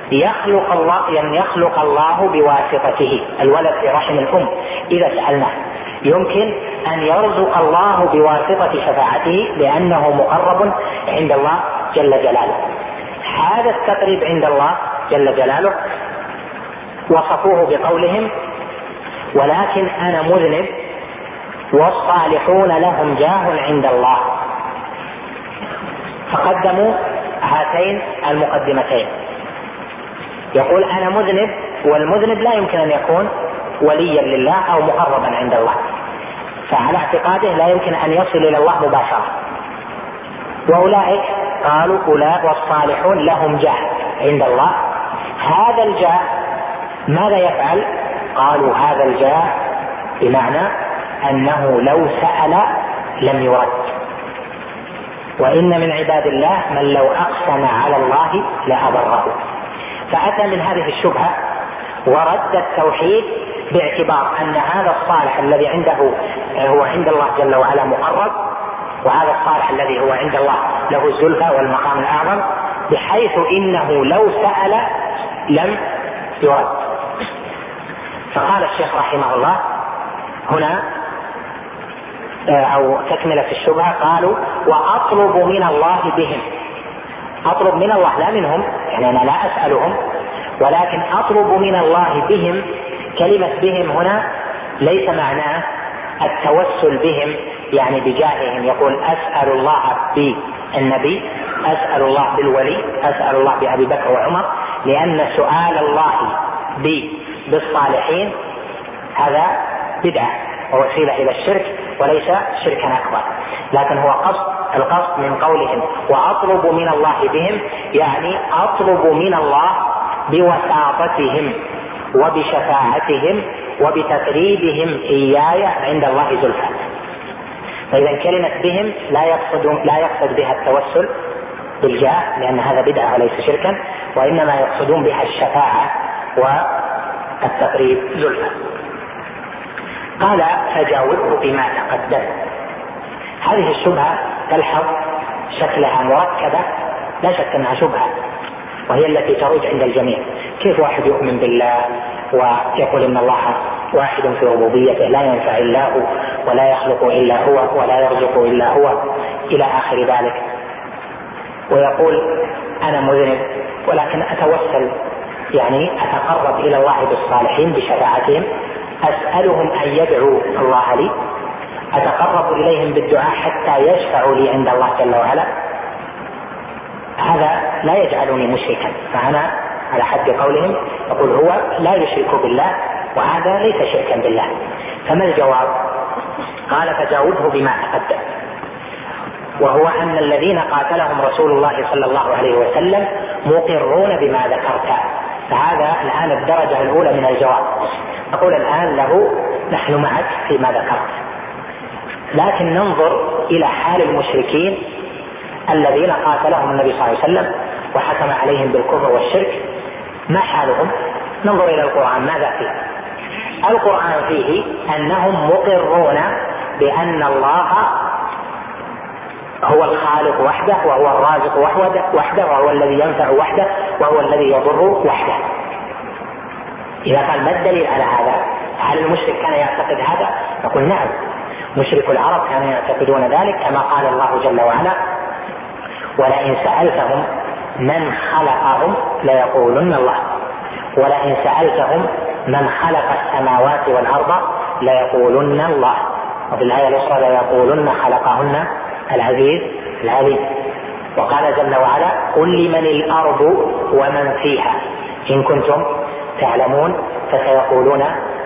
يخلق الله بواسطته الولد في رحم الأم إذا سألناه، يمكن أن يرزق الله بواسطة شفاعته لأنه مقرب عند الله جل جلاله. هذا التقريب عند الله جل جلاله وصفوه بقولهم ولكن أنا مذنب والصالحون لهم جاه عند الله، فقدموا هاتين المقدمتين. يقول أنا مذنب، والمذنب لا يمكن أن يكون وليا لله أو مقربا عند الله، فعلى اعتقاده لا يمكن أن يصل إلى الله مباشرة. وأولئك قالوا أولئك والصالحون لهم جاه عند الله. هذا الجاه ماذا يفعل؟ قالوا هذا الجاه بمعنى أنه لو سأل لم يرد، وإن من عباد الله من لو أقسم على الله لأبره. فأتى من هذه الشبهة ورد التوحيد باعتبار أن هذا الصالح الذي عنده هو عند الله جل وعلا مقرب، وهذا الصالح الذي هو عند الله له الزلفى والمقام الأعظم، بحيث إنه لو سأل لم يرد. فقال الشيخ رحمه الله هنا أو تكملة الشبهة، قالوا وأطلب من الله بهم. أطلب من الله لا منهم، يعني أنا لا أسألهم، ولكن أطلب من الله بهم. كلمة بهم هنا ليس معناه التوسل بهم يعني بجاههم، يقول أسأل الله بالنبي، أسأل الله بالولي، أسأل الله بأبي بكر وعمر، لأن سؤال الله بالصالحين هذا بدعة ووسيلة إلى الشرك وليس شركا أكبر، لكن هو القصد من قولهم وأطلب من الله بهم، يعني أطلب من الله بوساطتهم وبشفاعتهم وبتقريبهم إياي عند الله زلفى. فإذا كلمة بهم لا يقصد بها التوسل بالجاه لأن هذا بدعة وليس شركا، وإنما يقصدون بها الشفاعة والتقريب زلفى. قال فجاوبه بما تقدم. هذه الشبهة تلحظ شكلها مركبة، لا شك أنها شبهة، وهي التي تروج عند الجميع. كيف واحد يؤمن بالله ويقول إن الله واحد في ربوبيته لا ينفع إلا هو ولا يخلق إلا هو ولا يرزق إلا هو؟ إلى آخر ذلك، ويقول أنا مذنب ولكن أتوسل، يعني أتقرب إلى الله بالصالحين بشفاعتهم، أسألهم أن يدعوا الله لي، أتقرب إليهم بالدعاء حتى يشفعوا لي عند الله جل وعلا، هذا لا يجعلني مشركا. فأنا على حد قولهم يقول هو لا يشرك بالله وهذا ليس شركا بالله. فما الجواب؟ قال فجاوبه بما تقدم، وهو أن الذين قاتلهم رسول الله صلى الله عليه وسلم مقرون بما ذكرت. فهذا الآن الدرجة الأولى من الجواب. أقول الآن له نحن معك فيما ذكرت، لكن ننظر إلى حال المشركين الذين قاتلهم النبي صلى الله عليه وسلم وحكم عليهم بالكفر والشرك، ما حالهم؟ ننظر إلى القرآن ماذا فيه. القرآن فيه أنهم مقرون بأن الله هو الخالق وحده، وهو الرازق وحده، وهو الذي ينفع وحده، وهو الذي يضر وحده. إذا قال ما الدليل على هذا؟ هل المشرك كان يعتقد هذا؟ نقول نعم، مشرك العرب كانوا يعتقدون ذلك، كما قال الله جل وعلا ولئن سألتهم من خلقهم ليقولن الله، ولئن سألتهم من خلق السماوات والأرض ليقولن الله، وفي الآية الأخرى ليقولن خلقهن العزيز العليم. وقال جل وعلا قل لمن الأرض ومن فيها إن كنتم تعلمون فسيقولون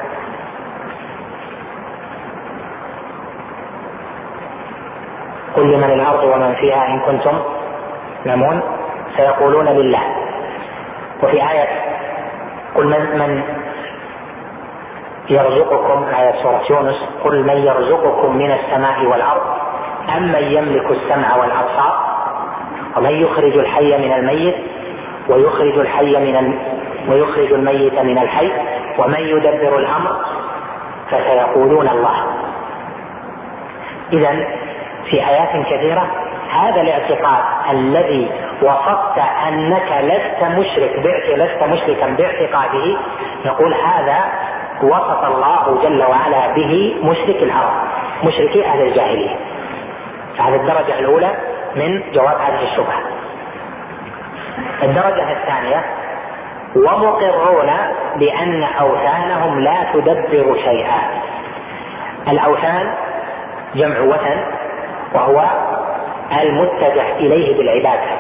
قل لمن الأرض ومن فيها إن كنتم تعلمون سيقولون لله. وفي آية قل من يرزقكم، آية سورة يونس، قل من يرزقكم من السماء والأرض أم من يملك السمع والأبصار ومن يخرج الحي من الميت ويخرج الميت من الحي ومن يدبر الأمر فسيقولون الله. إذن في آيات كثيرة هذا الاعتقاد الذي وصفت أنك لست مشركا باعتقاده، نقول هذا وصف الله جل وعلا به مشرك العرب، مشركي أهل الجاهلية. هذه الدرجة الأولى من جواب هذه الشبهة. الدرجة الثانية ومقرون بأن أوثانهم لا تدبر شيئا. الأوثان جمع وثن، وهو المتجه إليه بالعبادة،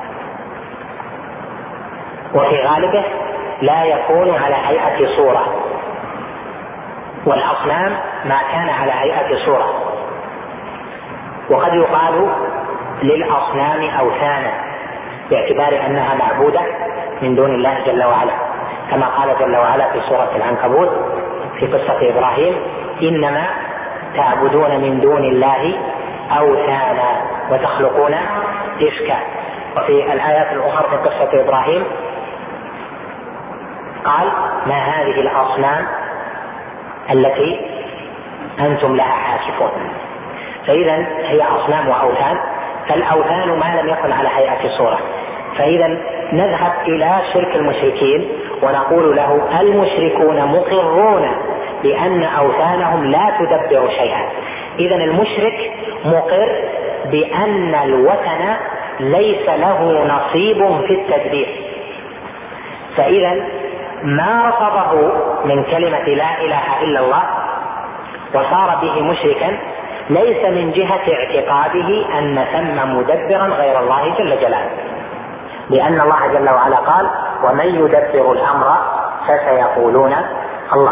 وفي غالبه لا يكون على هيئة صورة، والأصنام ما كان على هيئة صورة. وقد يقال للأصنام أوثانا باعتبار أنها معبودة من دون الله جل وعلا، كما قال جل وعلا في سورة العنكبوت في قصة إبراهيم إنما تعبدون من دون الله أوثانا وتخلقون إفكا. وفي الآيات الأخرى في قصة إبراهيم قال ما هذه الأصنام التي أنتم لها عاكفون. فإذا هي أصنام وأوثان، فالأوثان ما لم يكن على هيئة صورة. فإذا نذهب إلى شرك المشركين ونقول له المشركون مقرون بأن أوثانهم لا تدبر شيئا. إذا المشرك مقر بأن الوثن ليس له نصيب في التدبير. فإذا ما رفضه من كلمة لا إله إلا الله وصار به مشركا ليس من جهة اعتقاده أن ثم مدبرا غير الله جل جلاله، لأن الله جل وعلا قال ومن يدبر الأمر فسيقولون الله.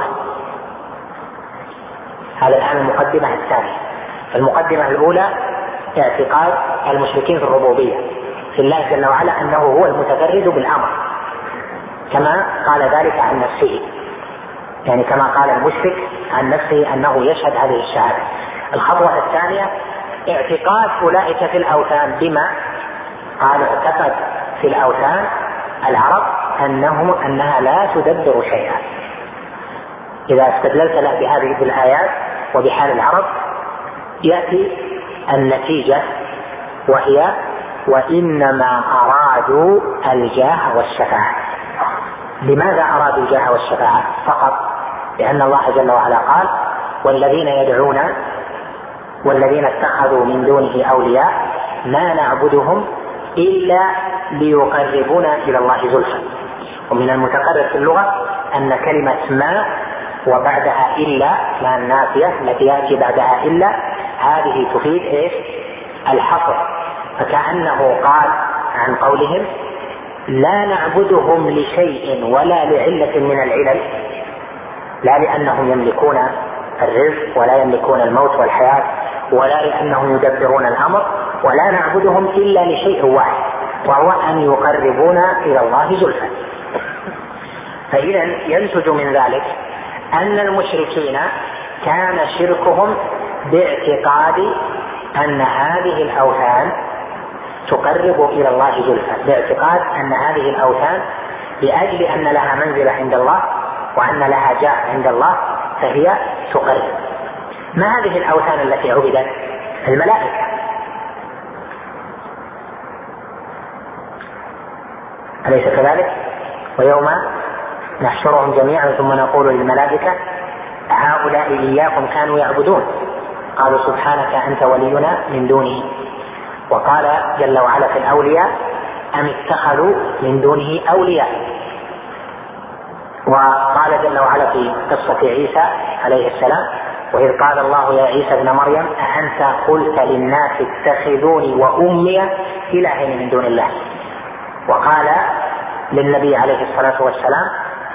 هذا الآن المقدمة الثانية. المقدمة الأولى اعتقاد المشركين في الربوبية في الله جل وعلا أنه هو المتفرد بالأمر، كما قال ذلك عن نفسه، يعني كما قال المشرك عن نفسه أنه يشهد هذه الشهادة. الخطوة الثانية اعتقاد أولئك في الأوثان بما قالوا اعتقد في الأوثان العرب أنها لا تدبر شيئا. إذا استدللت له بهذه الآيات وبحال العرب يأتي النتيجة، وهي وإنما أرادوا الجاه والشفاعة. لماذا أرادوا الجاه والشفاعة فقط؟ لأن الله جل وعلا قال والذين يدعون والذين اتخذوا من دونه أولياء ما نعبدهم إلا ليقربونا إلى الله زلفى. ومن المتقرر في اللغة أن كلمة ما وبعدها إلا، ما النافية التي يأتي بعدها إلا، هذه تفيد إيش؟ الحصر. فكأنه قال عن قولهم لا نعبدهم لشيء ولا لعلة من العلل، لا لأنهم يملكون الرزق ولا يملكون الموت والحياة ولا لأنهم يدبرون الأمر، ولا نعبدهم إلا لشيء واحد وهو أن يقربونا إلى الله زلفى. فإذا ينتج من ذلك أن المشركين كان شركهم باعتقاد أن هذه الأوثان تقرب إلى الله زلفى، باعتقاد أن هذه الأوثان لأجل أن لها منزلة عند الله وأن لها جاه عند الله فهي تقرب. ما هذه الأوثان التي عبدت؟ الملائكة. أليس كذلك؟ ويوم نحشرهم جميعا ثم نقول للملائكة هؤلاء إياكم كانوا يعبدون قالوا سبحانك أنت ولينا من دونه. وقال جل وعلا في الأولياء أم اتخذوا من دونه أولياء. وقال جل وعلا في قصة عيسى عليه السلام وإذ قال الله يا عيسى ابن مريم أأنت قلت للناس اتخذوني وأمي إلهين من دون الله. وقال للنبي عليه الصلاة والسلام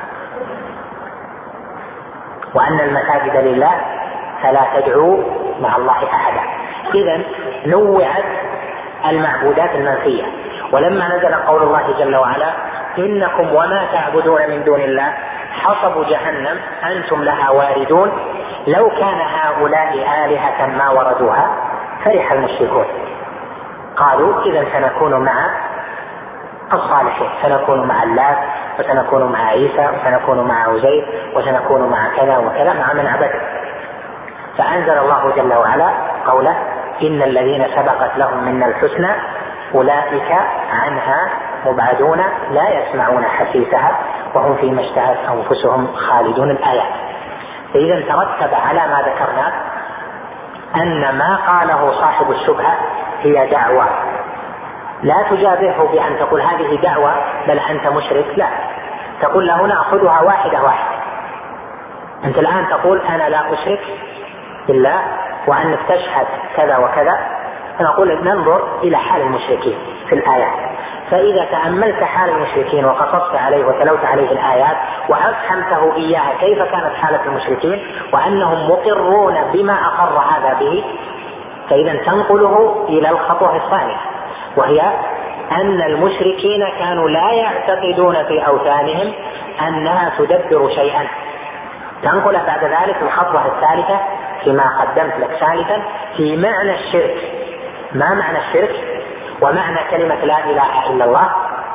وأن المساجد لله فلا تدعوا مع الله أحدا. إذن نوعت المعبودات المنفية. ولما نزل قول الله جل وعلا إنكم وما تعبدون من دون الله حصب جهنم أنتم لها واردون لو كان هؤلاء آلهة ما وردوها فرح المشركون. قالوا إذن سنكون مع الصالحين، سنكون مع اللات وسنكون مع عيسى وسنكون مع عزير وسنكون مع كذا وكذا مع من عبد. فأنزل الله جل وعلا قوله إن الذين سبقت لهم منا الحسنى أولئك عنها مبعدون لا يسمعون حسيسها وهم فيما اشتهت أنفسهم خالدون. الآيات. فإذا ترتب على ما ذكرنا أن ما قاله صاحب الشبهة هي دعوة، لا تجابهه بأن تقول هذه دعوة بل أنت مشرك، لا، تقول له نأخذها واحدة واحدة. أنت الآن تقول أنا لا أشرك بالله وأنك تشهد كذا وكذا، فنقول ننظر إلى حال المشركين في الآيات. فإذا تأملت حال المشركين وقصصت عليه وتلوت عليه الآيات وأفهمته إياها كيف كانت حالة المشركين وأنهم مقرون بما أقر هذا به، فإذا تنقله إلى الخطوة الثانية وهي أن المشركين كانوا لا يعتقدون في أوثانهم أنها تدبر شيئا. تنقل بعد ذلك الخطوة الثالثة فيما قدمت لك ثالثا في معنى الشرك. ما معنى الشرك ومعنى كلمة لا إله إلا الله،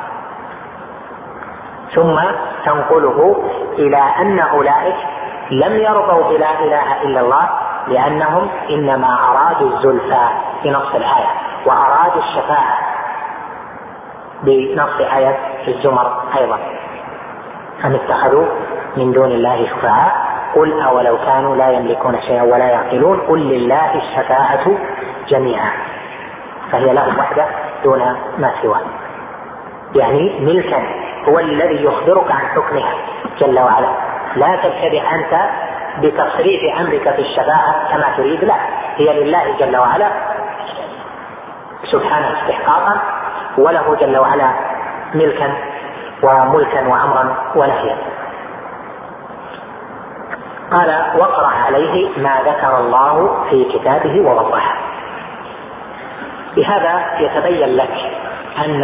ثم تنقله إلى أن أولئك لم يرضوا بلا إله إلا الله لأنهم إنما أرادوا الزلفى في نص الآية وأرادوا الشفاعة بنص آية الزمر أيضا أم اتخذوا من دون الله شفعاء قل أولو كانوا لا يملكون شيئا ولا يعقلون قل لله الشفاعة جميعا، فهي له وحده دون ما سواه، يعني ملكا هو الذي يخبرك عن حكمها جل وعلا. لا تبتدئ أنت بتصريف أمرك في الشفاعة كما تريد، لا، هي لله جل وعلا سبحانه استحقاقا وله جل وعلا ملكا وملكا وأمرا ونهيا. قال واقرأ عليه ما ذكر الله في كتابه ووضحه. بهذا يتبين لك أن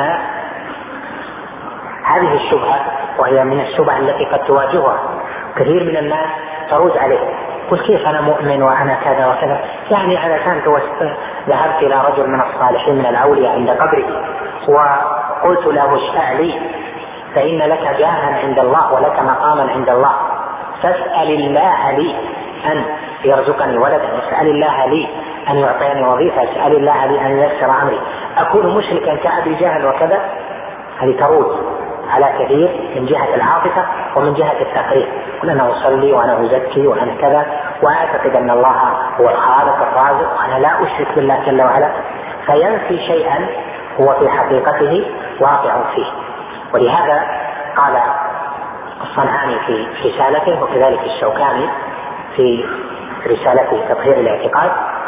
هذه الشبهة وهي من الشبهة التي قد تواجهها كثير من الناس تروج عليه، قل كيف أنا مؤمن وأنا كذا وكذا، يعني علشان ذهبت إلى رجل من الصالحين من الأولياء عند قبره وقلت له اشفع لي فإن لك جاها عند الله ولك مقاما عند الله فاسأل الله لي أن يرزقني ولدا، اسأل الله لي أن يعطيني وظيفة، اسأل الله لي أن ييسر أمري، أكون مشركا كأبي جهل وكذا. هذه تروج على كثير من جهة العاطفة ومن جهة التقرير، قل أنا أصلي وأنا أزكي وأنا كذا وأعتقد أن الله هو الخالق الرازق وأنا لا أشرك بالله جل وعلا، فينفي شيئا هو في حقيقته واقع فيه. ولهذا قال الصنعاني في رسالته، وكذلك الشوكاني في رسالته تطهير الاعتقاد،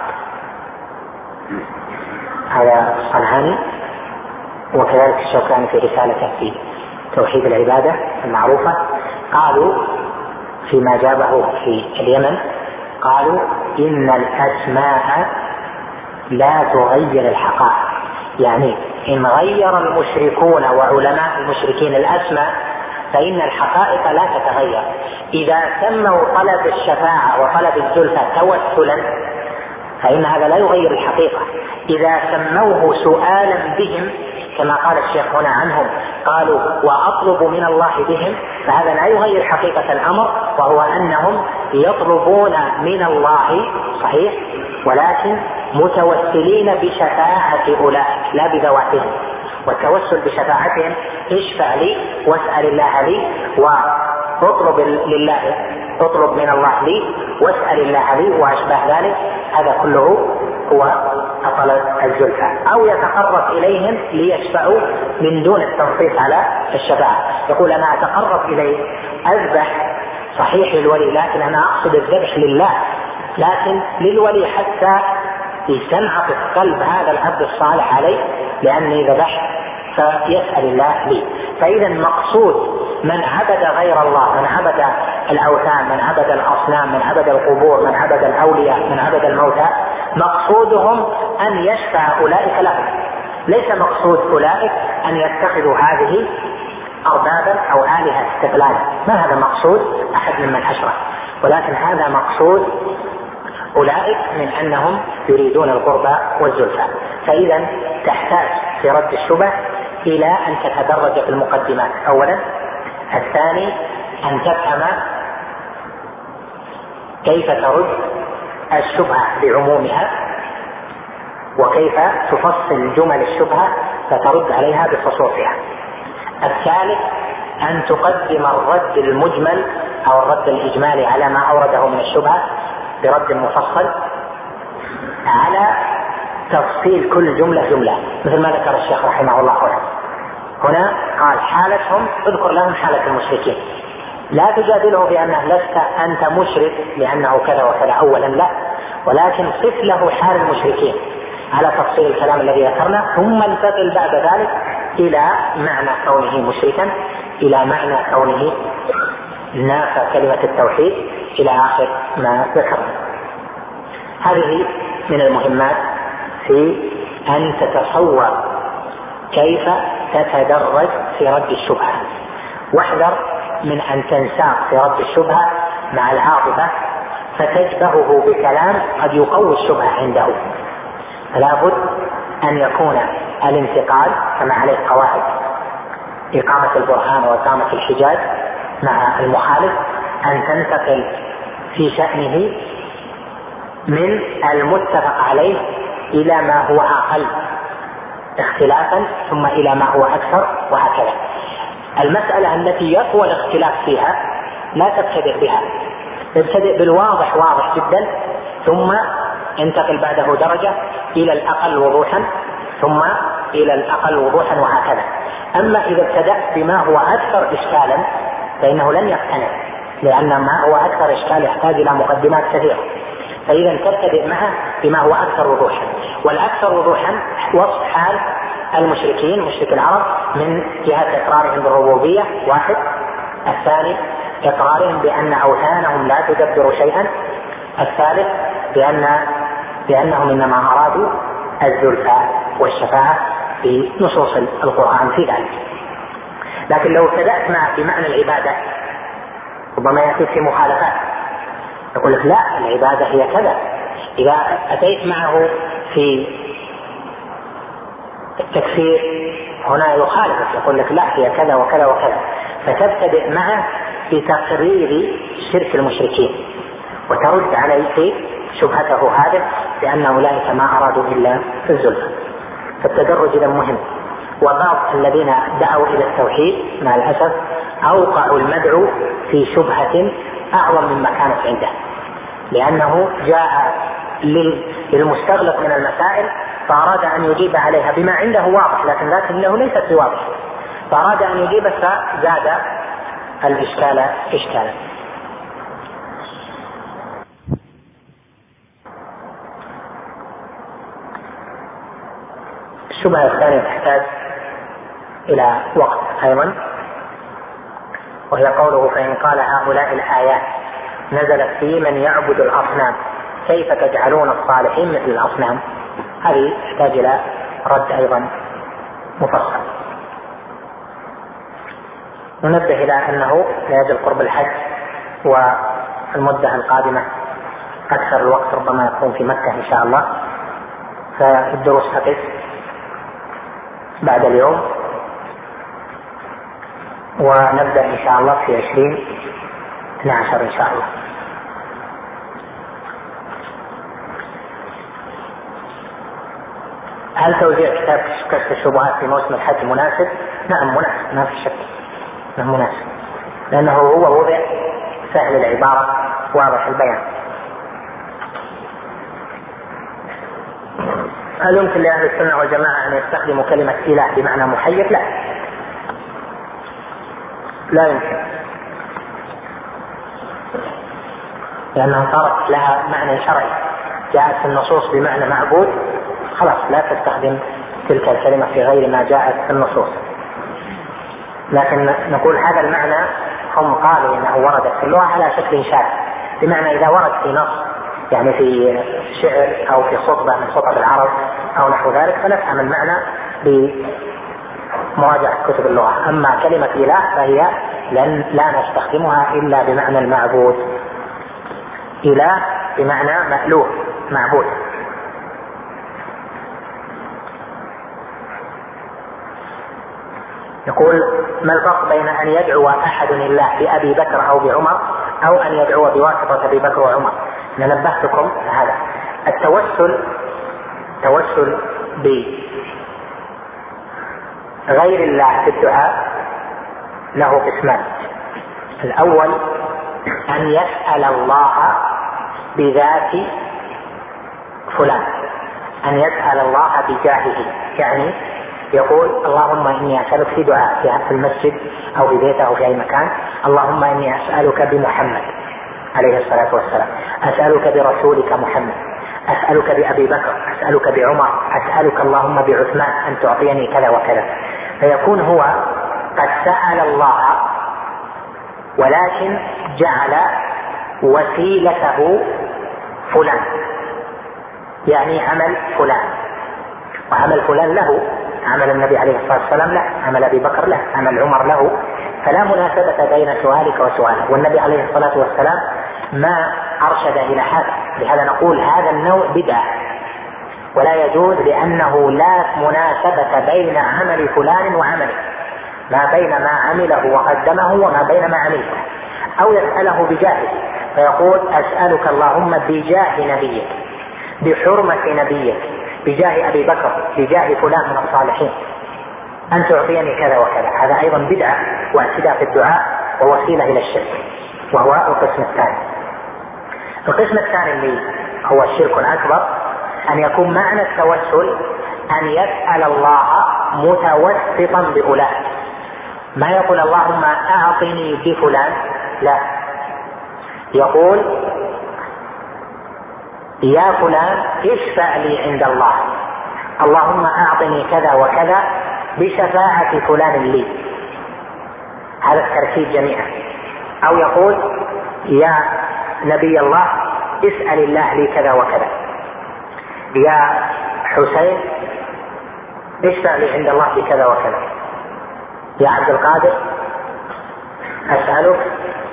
هذا الصنعاني وكذلك الشوكاني في رسالته في توحيد العبادة المعروفة، قالوا فيما جابه في اليمن، قالوا إن الأسماء لا تغير الحقائق. يعني إن غير المشركون وعلماء المشركين الأسماء فإن الحقائق لا تتغير. إذا سموا طلب الشفاعة وطلب الزلفى توسلا فإن هذا لا يغير الحقيقة. إذا سموه سؤالا بهم كما قال الشيخ هنا عنهم، قالوا وأطلب من الله بهم، فهذا لا يغير حقيقة الأمر، وهو أنهم يطلبون من الله صحيح ولكن متوسلين بشفاعة أولئك لا بذواتهم. والتوسل بشفاعتهم اشفع لي واسأل الله لي واطلب لله، اطلب من الله لي واسأل الله لي وأشبه ذلك، هذا كله هو طلب الزلفى. أو يتقرب إليهم ليشفعوا من دون التنصيص على الشفاعة، يقول أنا أتقرب إليه أذبح صحيح للولي لكن أنا أقصد الذبح لله، لكن للولي حتى يستنعطف قلب هذا العبد الصالح عليه لأني ذبحت فيسأل الله لي. فإذا المقصود من عبد غير الله، من عبد الأوثان، من عبد الأصنام، من عبد القبور، من عبد الأولياء، من عبد الموتى، مقصودهم أن يشفع أولئك لهم، ليس مقصود أولئك أن يتخذوا هذه أربابا أو آلهة استقلالا، ما هذا مقصود أحد ممن أشرك، ولكن هذا مقصود أولئك من أنهم يريدون القربى والزلفى. فإذا تحتاج في رد الشبه إلى أن تتدرج في المقدمات أولا. الثاني أن تفهم كيف ترد الشبهة بعمومها، وكيف تفصل جمل الشبهة فترد عليها بخصوصها. الثالث أن تقدم الرد المجمل أو الرد الإجمالي على ما أورده من الشبهة برد مفصل على تفصيل كل جملة جملة، مثل ما ذكر الشيخ رحمه الله هنا قال حالتهم، اذكر لهم حالة المشركين، لا تجادله بأنه لست أنت مشرك لأنه كذا وكذا أولا، لا، ولكن صف له حال المشركين على تفصيل الكلام الذي ذكرنا، ثم انتقل بعد ذلك إلى معنى كونه مشركا، إلى معنى كونه نافى كلمة التوحيد، إلى آخر ما ذكرنا. هذه من المهمات في أن تتصور كيف تتدرج في رد الشبهة، واحذر من أن تنساق في رد الشبهة مع العاطفة فتشبهه بكلام قد يقوي الشبهة عنده. فلا بد أن يكون الانتقال كما عليه قواعد إقامة البرهان وإقامة الحجاج مع المخالف، أن تنتقل في شأنه من المتفق عليه إلى ما هو أقل اختلافا ثم إلى ما هو أكثر، وهكذا. المسألة التي يقوى الاختلاف فيها لا تبتدئ بها، ابتدئ بالواضح واضح جدا ثم انتقل بعده درجة إلى الأقل وضوحا ثم إلى الأقل وضوحا، وهكذا. أما إذا ابتدأت بما هو أكثر إشكالا فإنه لن يقتنع، لأن ما هو أكثر إشكال يحتاج إلى مقدمات كثيرة. فإذا تبتدئ معه بما هو أكثر وضوحا، والأكثر وضوحا وصف حال المشركين مشرك العرب من جهة إقرارهم بالربوبية واحد، الثاني إقرارهم بأن أوثانهم لا تدبر شيئا، الثالث بأنهم إنما أرادوا الزلفى والشفاعة في نصوص القرآن في ذلك. لكن لو ابتدأت بمعنى العبادة ربما يأتي في مخالفات، يقول لك لا العبادة هي كذا. إذا أتيت معه في التكفير هنا يخالفك، يقول لك لا هي كذا وكذا وكذا، فتبتدئ معه بتقرير شرك المشركين وترد عليه شبهته هذه بأن أولئك ما أرادوا إلا الزلفى. فالتدرج إذا مهم. وبعض الذين دعوا إلى التوحيد مع الأسف أوقعوا المدعو في شبهة أعظم مما كانت عنده، لأنه جاء للمستغلق من المسائل فأراد أن يجيب عليها بما عنده واضح، لكنه ليست بواضح، فأراد أن يجيب فزاد الإشكال إشكالا. الشبهة الثانية تحتاج إلى وقت أيضا، وهي قوله: فإن قال هؤلاء الآيات نزلت في من يعبد الأصنام كيف تجعلون الصالحين مثل الأصنام؟ هذه تحتاج إلى رد أيضا مفصل. ننبه إلى أنه لا يزال قرب الحج، والمدة القادمة أكثر الوقت ربما يكون في مكة إن شاء الله، فالدروس تقف بعد اليوم، ونبدأ إن شاء الله في 20/12 إن شاء الله. هل توزيع كتاب كشف الشبهات في موسم الحج مناسب؟ نعم مناسب، ما في شك انه مناسب، لانه هو وضع سهل العبارة واضح البيان. هل يمكن لأهل السنة والجماعة أن يستخدموا كلمة إله بمعنى محيط؟ لا يمكن، لأنها صارت لها معنى شرعي، جاءت في النصوص بمعنى معبود، خلاص لا تستخدم تلك الكلمة في غير ما جاءت في النصوص. لكن نقول هذا المعنى هم قالوا إنه وردت في اللغة على شكل شاذ، بمعنى إذا ورد في نص، يعني في شعر أو في خطبة من خطب العرب أو نحو ذلك، فنفهم المعنى بمراجعة كتب اللغة. أما كلمة إله فهي لا نستخدمها إلا بمعنى المعبود، إله بمعنى مألوه معبود. يقول: ما الفرق بين أن يدعو أحد الله بأبي بكر أو بعمر، أو أن يدعو بواسطة أبي بكر وعمر؟ ننبهتكم هذا. التوسل بغير الله في الدعاء له قسمان. الأول أن يسأل الله بذات فلان، أن يسأل الله بجاهه، يعني يقول: اللهم إني أسألك في دعاء في المسجد أو في بيته أو في أي مكان، اللهم إني أسألك بمحمد عليه الصلاة والسلام، أسألك برسولك محمد، أسألك بأبي بكر، أسألك بعمر، أسألك اللهم بعثمان أن تعطيني كذا وكذا. فيكون هو قد سأل الله ولكن جعل وسيلته فلان، يعني عمل فلان، وعمل فلان له، عمل النبي عليه الصلاة والسلام له، عمل أبي بكر له، عمل عمر له، فلا مناسبة بين سؤالك وسؤاله. والنبي عليه الصلاة والسلام ما أرشد إلى هذا، لهذا نقول هذا النوع بدعة ولا يجوز، لأنه لا مناسبة بين عمل فلان وعمله، ما بين ما عمله وقدمه وما بين ما عمله. أو يسأله بجاهه فيقول: أسألك اللهم بجاه نبيك، بحرمة نبيك، بجاه أبي بكر، بجاه فلان من الصالحين أن تعطيني كذا وكذا. هذا أيضا بدعة واعتداء في الدعاء ووسيلة إلى الشرك، وهو القسم الثاني. القسم الثاني اللي هو الشرك الأكبر، أن يكون معنى التوسل أن يسأل الله متوسطا بفلان، ما يقول اللهم أعطني بفلان، لا، يقول: يا فلان اشفع لي عند الله، اللهم أعطني كذا وكذا بشفاعة فلان لي. هذا التركيب جميعا. أو يقول: يا نبي الله اسأل الله لي كذا وكذا، يا حسين اشفع لي عند الله بكذا وكذا، يا عبد القادر أسألك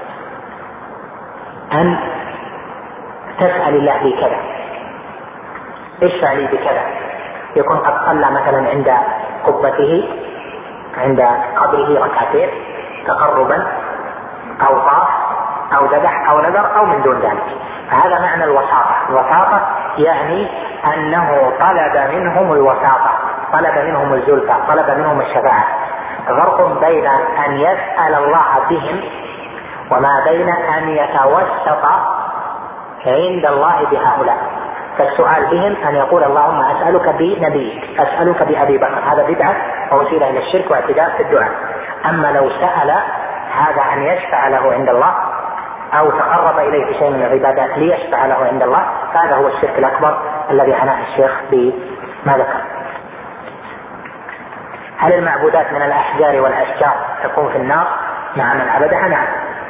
أن تسأل الله لي كذا، اشفع لي بكذا. يكون قد صلى مثلا عند قبته عند قبره ركعتين تقربا، أو طاف أو ذبح أو نذر أو من دون ذلك، فهذا معنى الوساطة. الوساطة يعني أنه طلب منهم الوساطة، طلب منهم الزلفى، طلب منهم الشفاعة. فرق بين أن يسأل الله بهم وما بين أن يتوسط عند الله بهؤلاء. فالسؤال بهم أن يقول اللهم أسألك بنبيك، أسألك بأبي بكر، هذا بدعة ووسيلة إلى الشرك واعتداء في الدعاء. أما لو سأل هذا أن يشفع له عند الله أو تقرب إليه بشيء من العبادات ليشفع له عند الله، هذا هو الشرك الأكبر الذي عناه الشيخ بما ذكر. هل المعبودات من الأحجار والأشجار تكون في النار مع من عبدها؟ نعم،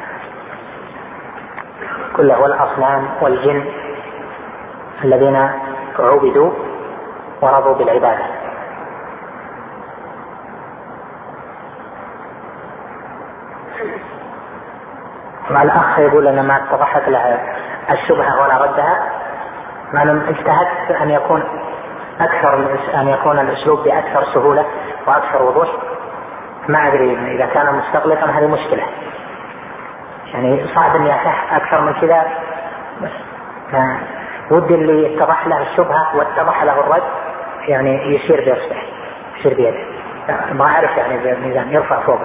كله والأصنام والجن الذين عبدوا ورضوا بالعبادة. الأخ يقول أنا ما اتضحت له الشبهة ولا ردها، ما أنا اجتهدت أن يكون الأسلوب بأكثر سهولة وأكثر وضوح. ما أدري إذا كان مستغلقا هذه مشكلة، يعني صعب أن يصح أكثر من كذا. ودي اللي اتضح له الشبهة واتضح له الرد يعني يشير بإصبعه، يشير بيده، ما أعرف يعني بالميزان يرفع فوقه.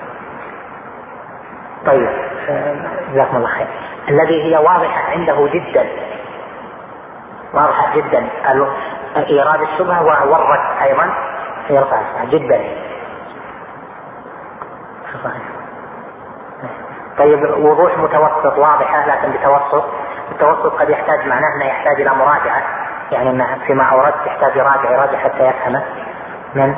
طيب جزاكم الله خير. الذي هي واضحة عنده جدا، واضحة جدا إيراد الشبهة والرد أيضا يرفع جدا. طيب وضوح متوسط واضحة لكن بتوسط. التوسط قد يحتاج معناه أنه يحتاج إلى مراجعة، يعني أنه فيما أورد يحتاج يراجع حتى يفهمه من.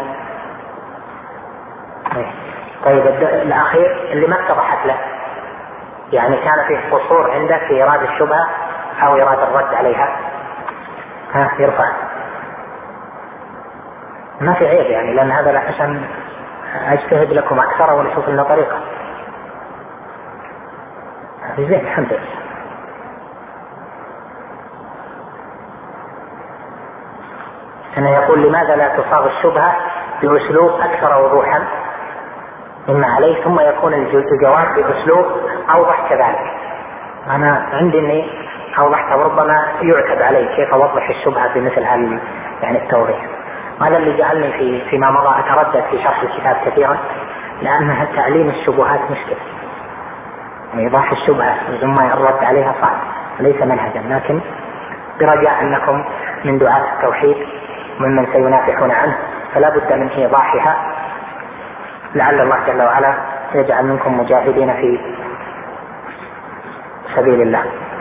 طيب الأخير اللي ما اتضحت له، يعني كان فيه قصور عنده في إيراد الشبهة أو إيراد الرد عليها، يرفع، ما في عيب يعني، لأن هذا عشان أجتهد لكم أكثر ونشوف لنا طريقة. زين الحمد لله. أنا يقول لماذا لا تصاغ الشبهة بأسلوب أكثر وضوحا مما عليه ثم يكون الجواب بأسلوب أوضح كذلك. أنا عندي أني أوضحت وربما يعتب علي كيف أوضح الشبهة بمثل هذه يعني التوضيح. هذا اللي جعلني فيما مضى أتردد في شرح الكتاب كثيرا، لأنها تعليم الشبهات مشكلة، إيضاح الشبهة ثم الرد عليها صعب ليس منهجا، لكن برجاء أنكم من دعاة التوحيد ممن سينافحون عنه فلا بد من إيضاحها، لعل الله جل وعلا يجعل منكم مجاهدين في سبيل الله.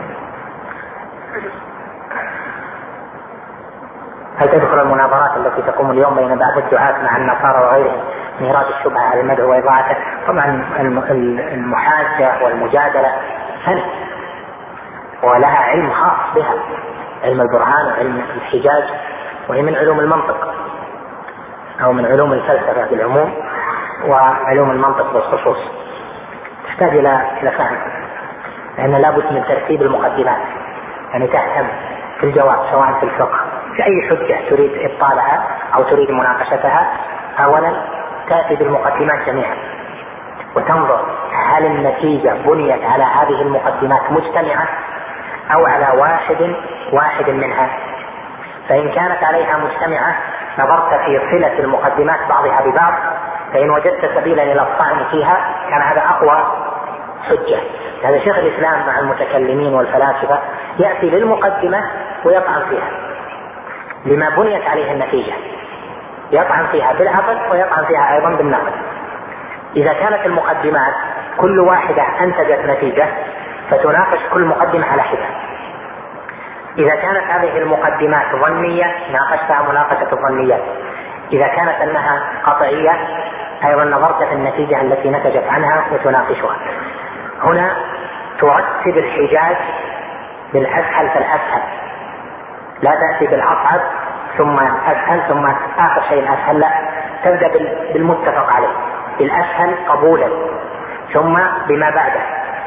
هل تدخل المناظرات التي تقوم اليوم بين بعض الدعاة مع النصارى وغيرهم من إيراد الشبهة على المدعو وإضاعته؟ طبعا المحاجة والمجادلة فن ولها علم خاص بها، علم البرهان وعلم الحجاج، وهي من علوم المنطق أو من علوم الفلسفة بالعموم وعلوم المنطق بالخصوص، تحتاج إلى فهم، لأن لابد من ترتيب المقدمات، يعني تهتم في الجواب سواء في الفقه في أي حجة تريد إبطالها أو تريد مناقشتها، أولا تأتي بالمقدمات جميعا وتنظر هل النتيجة بنيت على هذه المقدمات مجتمعة أو على واحد منها. فإن كانت عليها مجتمعة نظرت في صلة المقدمات بعضها ببعض، فإن وجدت سبيلا إلى الطعن فيها كان هذا أقوى حجة. هذا شيخ الإسلام مع المتكلمين والفلاسفة يأتي للمقدمة ويطعن فيها لما بنيت عليه النتيجة، يطعن فيها بالعقل ويطعن فيها أيضا بالنقل. إذا كانت المقدمات كل واحدة أنتجت نتيجة فتناقش كل مقدمة على حدة. إذا كانت هذه المقدمات ظنية ناقشتها مناقشة الظنيات، إذا كانت أنها قطعية أيضا نظرت في النتيجة التي نتجت عنها وتناقشها. هنا ترتب الحجاج بالأسهل فالأسهل، لا تأتي بالأصعب ثم أسهل ثم آخر شيء الأسهل، لا، تبدأ بالمتفق عليه، بالأسهل قبولا ثم بما بعده.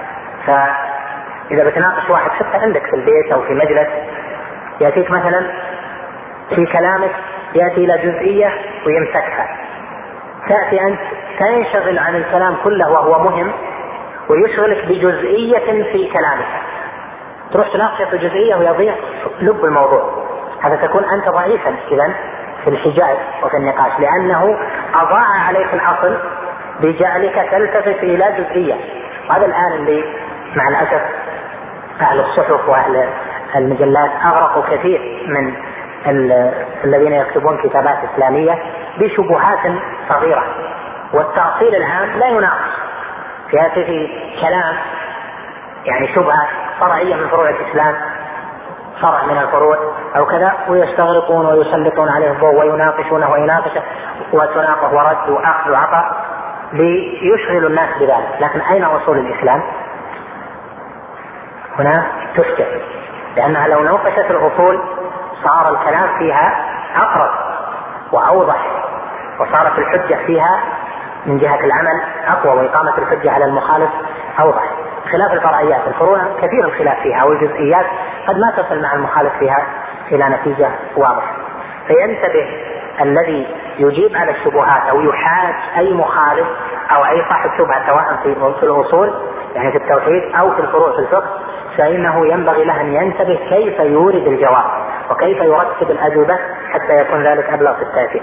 فإذا بتناقش واحد حتى عندك في البيت أو في مجلس يأتيك مثلا في كلامك يأتي إلى جزئية ويمسكها، تأتي أنت تنشغل عن الكلام كله وهو مهم ويشغلك بجزئية في كلامك، تروح تناقش في جزئية ويضيع لب الموضوع. هذا تكون أنت ضعيفا إذن في الحجاج وفي النقاش، لأنه أضاع عليك الأصل بجعلك تلتفت إلى جزئية. هذا الآن اللي مع الأسف أهل الصحف وأهل المجلات أغرقوا كثير من الذين يكتبون كتابات إسلامية بشبهات صغيرة، والتأصيل العام لا يناقش في كلام يعني شبهة فرعية من فروع الإسلام، فرع من الفروع أو كذا، ويستغرقون ويسلطون عليه الضوء ويناقشونه ويناقشه وتناقض ورد وأخذ وعطاء ليشغلوا الناس بذلك. لكن أين أصول الإسلام؟ هنا تشكل، لأنها لو نوقشت الأصول صار الكلام فيها أقرب وأوضح، وصارت الحجة فيها من جهة العمل أقوى، وإقامة الحجة على المخالف أوضح، خلاف الفرعيات. الفروع كثير الخلاف فيها، والجزئيات قد ما تصل مع المخالف فيها إلى نتيجة واضحة. فينتبه الذي يجيب على الشبهات أو يحاج أي مخالف أو أي صاحب شبهة، سواء في الأصول يعني في التوحيد أو في الفروع في الفقه، فإنه ينبغي له أن ينتبه كيف يورد الجواب وكيف يرتب الأجوبة حتى يكون ذلك أبلغ في التأثير.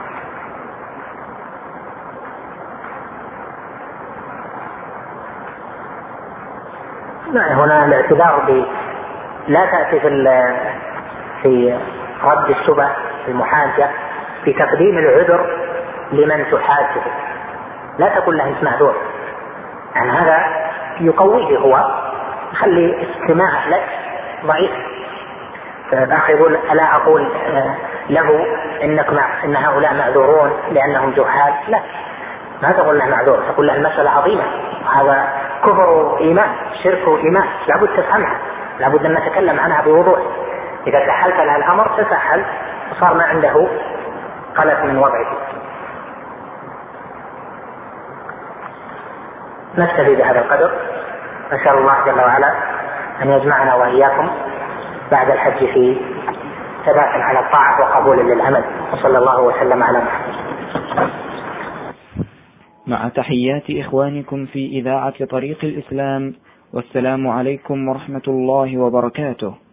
هنا الاعتذار لا تأتي في رد الشبه المحاجة بتقديم العذر لمن تحاجه، لا تقول له انت معذور، يعني هذا يقويه، هو يخلي استماعه لك ضعيف. فالأخ يقول ألا أقول له إن هؤلاء معذورون لأنهم جهال؟ لا، ما تقول له معذور، تقول له المسألة عظيمة، هذا كفر وإيمان، شرك وإيمان، لابد تفهمها، لابد أن نتكلم عنها بوضوح. إذا سهلت لها الأمر تسهل وصار ما عنده قلق من وضعه. نكتفي بهذا القدر، نسأل الله جل وعلا أن يجمعنا وإياكم بعد الحج في ثبات على الطاعة وقبول للعمل، وصلى الله وسلم على محمد. مع تحيات إخوانكم في إذاعة طريق الإسلام، والسلام عليكم ورحمة الله وبركاته.